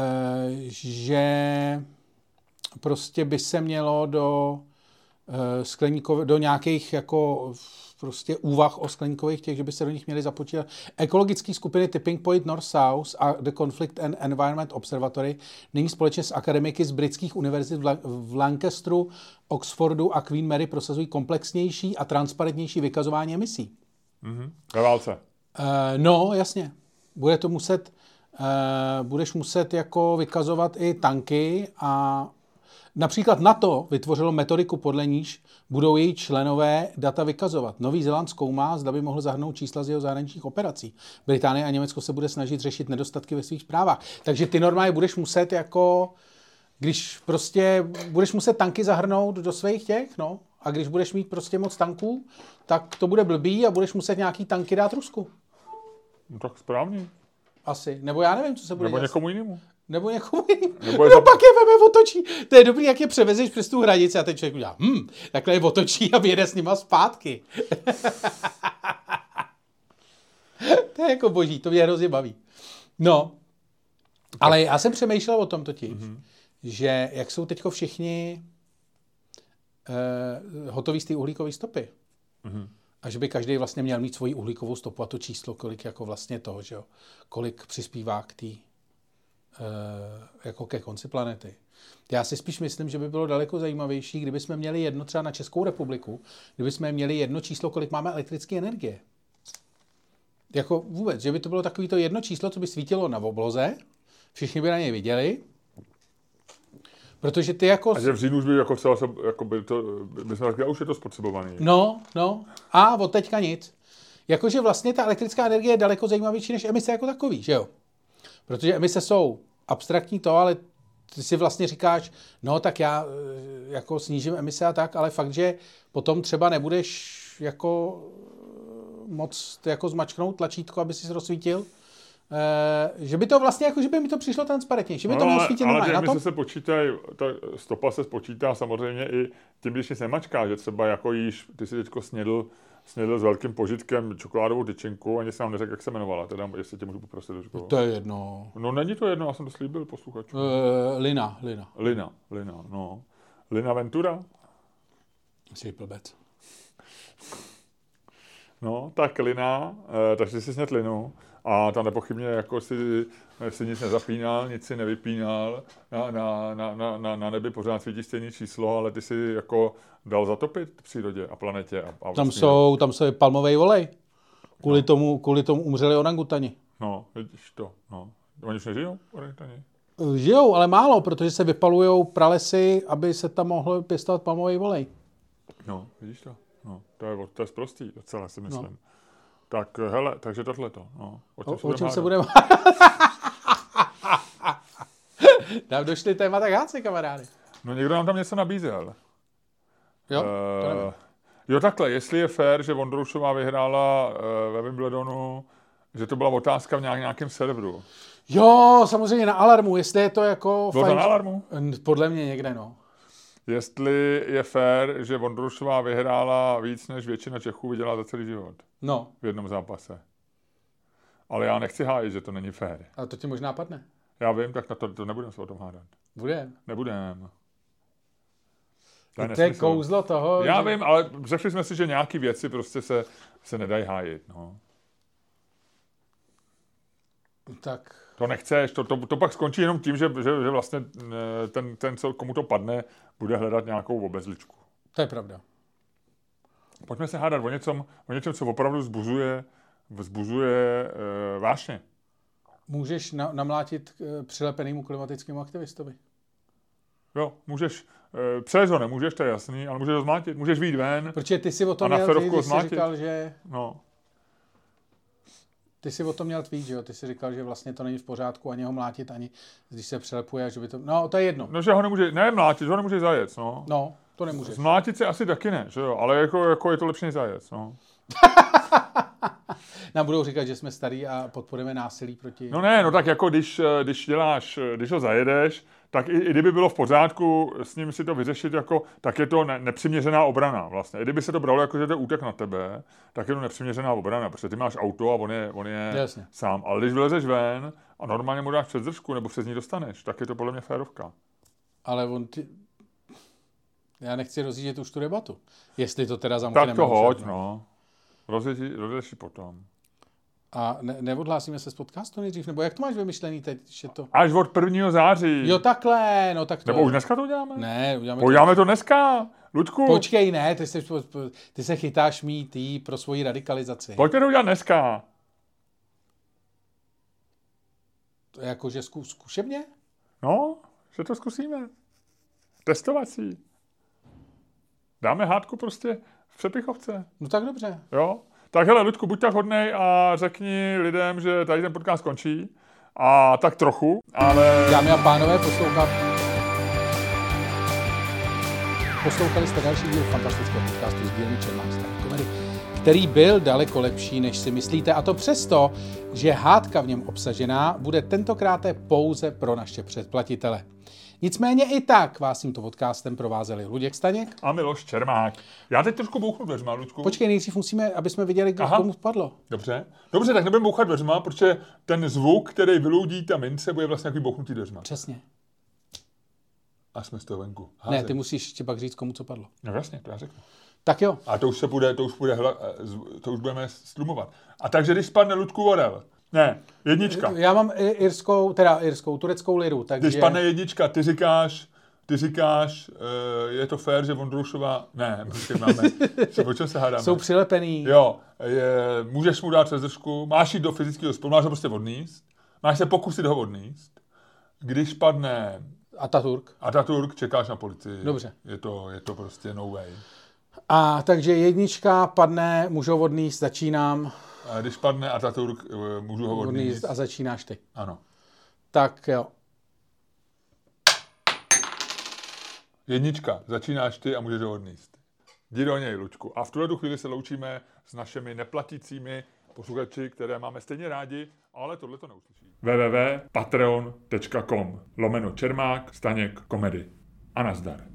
že prostě by se mělo do e, skleníkové, do nějakých jako prostě úvah o skleníkových těch, že by se do nich měly započítat ekologické skupiny Tipping Point North South a The Conflict and Environment Observatory nyní společně s akademiky z britských univerzit v, La- v Lancasteru, Oxfordu a Queen Mary prosazují komplexnější a transparentnější vykazování emisí. Mm-hmm. Ve válce. Uh, no, jasně. Bude to muset, uh, budeš muset jako vykazovat i tanky a například NATO vytvořilo metodiku, podle níž budou její členové data vykazovat. Nový Zéland zkoumá, zda by mohl zahrnout čísla z jeho zahraničních operací. Británie a Německo se bude snažit řešit nedostatky ve svých zprávách. Takže ty normálně budeš muset jako, když prostě budeš muset tanky zahrnout do svých těch, no, a když budeš mít prostě moc tanků, tak to bude blbý a budeš muset nějaký tanky dát Rusku. No tak správně. Asi. Nebo já nevím, co se bude Nebo dělat. někomu jinému. Nebo někomu jinému. Nebo no za... pak je veme otočí. To je dobrý, jak je převezeš přes tu hranici a ten člověk udělá, hm, takhle je otočí a vyjede s nima zpátky. To je jako boží, to mě hrozně baví. No, ale já jsem přemýšlel o tom totiž, mm-hmm. že jak jsou teďko všichni uh, hotoví z té uhlíkové stopy. Mm-hmm. A že by každý vlastně měl mít svoji uhlíkovou stopu a to číslo, kolik jako vlastně toho, že jo, kolik přispívá k té, uh, jako ke konci planety. Já si spíš myslím, že by bylo daleko zajímavější, kdyby jsme měli jedno třeba na Českou republiku, kdyby jsme měli jedno číslo, kolik máme elektrické energie. Jako vůbec, že by to bylo takový to jedno číslo, co by svítilo na obloze, všichni by na něj viděli, protože ty jako... A že v říjnu už by jako celá, jako by to, by jsme řekli, už je to spotřebovaný. No, no, a od teďka nic. Jakože vlastně ta elektrická energie je daleko zajímavější než emise jako takový, že jo? Protože emise jsou abstraktní to, ale ty si vlastně říkáš, no tak já jako snížím emise a tak, ale fakt, že potom třeba nebudeš jako moc jako zmačknout tlačítko, aby si rozsvítil, e, že by to vlastně jako, že by mi to přišlo transparentně, že by no, to mělo svítit normálně. Ale ty emise se počítají, ta stopa se spočítá samozřejmě i tím, když nic nemačká, že třeba jako jíš, ty si teďko snědl, snědl s velkým požitkem čokoládovou tyčinku, ani jsem vám neřekl, jak se jmenovala, teda jestli tě můžu poprosit. Dočko. To je jedno. No není to jedno, já jsem to slíbil posluchačům. E, Lina, Lina. Lina, Lina, no. Lina Ventura? Jsi blbec. No, tak Lina, eh, takže si snět Linu a tam nepochybně jako si, si nic nezapínal, nic si nevypínal, na, na, na, na, na, na nebi pořád svítí stejné číslo, ale ty si jako dal zatopit přírodě a planetě. A, a vlastně... Tam jsou, tam jsou palmový olej. Kvůli, no. tomu, kvůli tomu umřeli orangutani. No, vidíš to, no. Oni už nežijou, orangutani? Žijou, ale málo, protože se vypalujou pralesy, aby se tam mohlo pěstovat palmový olej. No, vidíš to. No, to je, to je sprostý docela, si myslím. No. Tak hele, takže tohleto. No. O čem, o, se, o čem se budeme Tam došly témata k hádce, kamarády. No někdo nám tam něco nabízel. Jo, uh, to nevím. Jo takhle, jestli je fér, že Vondroušová vyhrála uh, ve Wimbledonu, že to byla otázka v nějak, nějakém serveru. Jo, samozřejmě na Alarmu, jestli je to jako... Bylo fajn... to na Alarmu? Podle mě někde, no. Jestli je fér, že Vondroušová vyhrála víc, než většina Čechů viděla za celý život. No. V jednom zápase. Ale já nechci hájit, že to není fér. A to ti možná padne. Já vím, tak na to, to nebudeme se o tom hádat. Budeme. Nebudeme. To je, to je kouzlo toho. Já že... vím, ale řekli jsme si, že nějaký věci prostě se, se nedají hájit. No. Tak... To nechceš, to, to, to pak skončí jenom tím, že, že, že vlastně ten, ten, komu to padne, bude hledat nějakou obezličku. To je pravda. Pojďme se hádat o něčem, o něčem co opravdu vzbuzuje, vzbuzuje e, vášně. Můžeš na, namlátit e, přilepenýmu klimatickému aktivistovi. Jo, můžeš, e, přes ho nemůžeš, to je jasný, ale můžeš ho zmátit, můžeš vyjít ven. Protože ty si o tom měl, ty, ty jsi říkal, že... No. Ty jsi o tom měl tweet, že jo? Ty jsi říkal, že vlastně to není v pořádku ani ho mlátit, ani když se přelepuje, že by to... No, to je jedno. No, že ho nemůže, ne mlátit, že ho nemůže zajet, no. No, to nemůžeš. Zmlátit se asi taky ne, že jo? Ale jako, jako je to lepší než zajet, no. Nám budou říkat, že jsme starý a podporujeme násilí proti... No ne, no tak jako když, když děláš, když ho zajedeš, tak i, i kdyby bylo v pořádku s ním si to vyřešit, jako, tak je to ne, nepřiměřená obrana vlastně. I kdyby se to bralo jako, že to je útek na tebe, tak je to nepřiměřená obrana, protože ty máš auto a on je, on je Jasně. sám. Ale když vylezeš ven a normálně mu dáš předzržku nebo přes ní dostaneš, tak je to podle mě férovka. Ale on ty... Já nechci rozjíždět už tu debatu. Jestli to teda zamkneme. Tak to hoď, no. Rozjeď potom. A ne, neodhlásíme se z podcastu nejdřív? Nebo jak to máš vymyšlený teď? Že to... Až od prvního září. Jo, takhle, no tak to... Nebo už dneska to uděláme? Ne, uděláme Uděláme to... to dneska, Luďku. Počkej, ne, ty se, ty se chytáš mít jí pro svoji radikalizaci. Pojďme to udělat dneska. Jakože zku, zkušebně? No, že to zkusíme. Testovací. Dáme hádku prostě v přepichovce. No tak dobře. Jo? Tak hele, Luďku, buď tak hodnej a řekni lidem, že tady ten podcast končí. A tak trochu, ale... Dámy a pánové, poslouchat... poslouchali jste další díl fantastického podcastu z dílny Čermák Starý komedy, který byl daleko lepší, než si myslíte. A to přesto, že hádka v něm obsažená bude tentokrát pouze pro naše předplatitele. Nicméně i tak vás tímto podcastem provázeli Luděk Staněk a Miloš Čermák. Já teď trošku bouchnu dveřma, Luďku. Počkej, nejdřív musíme, aby jsme viděli, Aha. komu spadlo. Dobře. Dobře, tak nebudeme bouchat dveřma, protože ten zvuk, který vyloudí ta mince, bude vlastně takový bouchnutý dveřma. Přesně. A jsme z toho venku. Házej. Ne, ty musíš ještě pak říct, komu co padlo. No jasně, to já řeknu. Tak jo. A to už se bude, to už bude, hla, to už budeme slumovat. A takže když spadne Ludku Orel, ne, jednička. Já mám irskou, teda irskou, tureckou liru, takže... Když spadne jednička, ty říkáš, ty říkáš, uh, je to fér, že Vondroušová, ne, my máme, o čem se hádáme? Jsou přilepený. Jo, je, můžeš mu dát přes držku, máš jít do fyzického spolu, máš ho prostě odníst, máš se pokusit ho odníst. Když padne Ataturk. Ataturk, čekáš na policii. Dobře. Je to, je to prostě no way. A takže jednička padne, můžu ho odníst, začínám. A když padne Ataturk, můžu ho odníst. A začínáš ty. Ano. Tak jo. Jednička, začínáš ty a můžeš ho odníst. Jdi do něj, Luďku. A v tuhle chvíli se loučíme s našimi neplatícími posluchači, které máme stejně rádi, ale tohle to neuslyší. w w w tečka patreon tečka com lomeno Čermák Staněk komedy. A nazdar.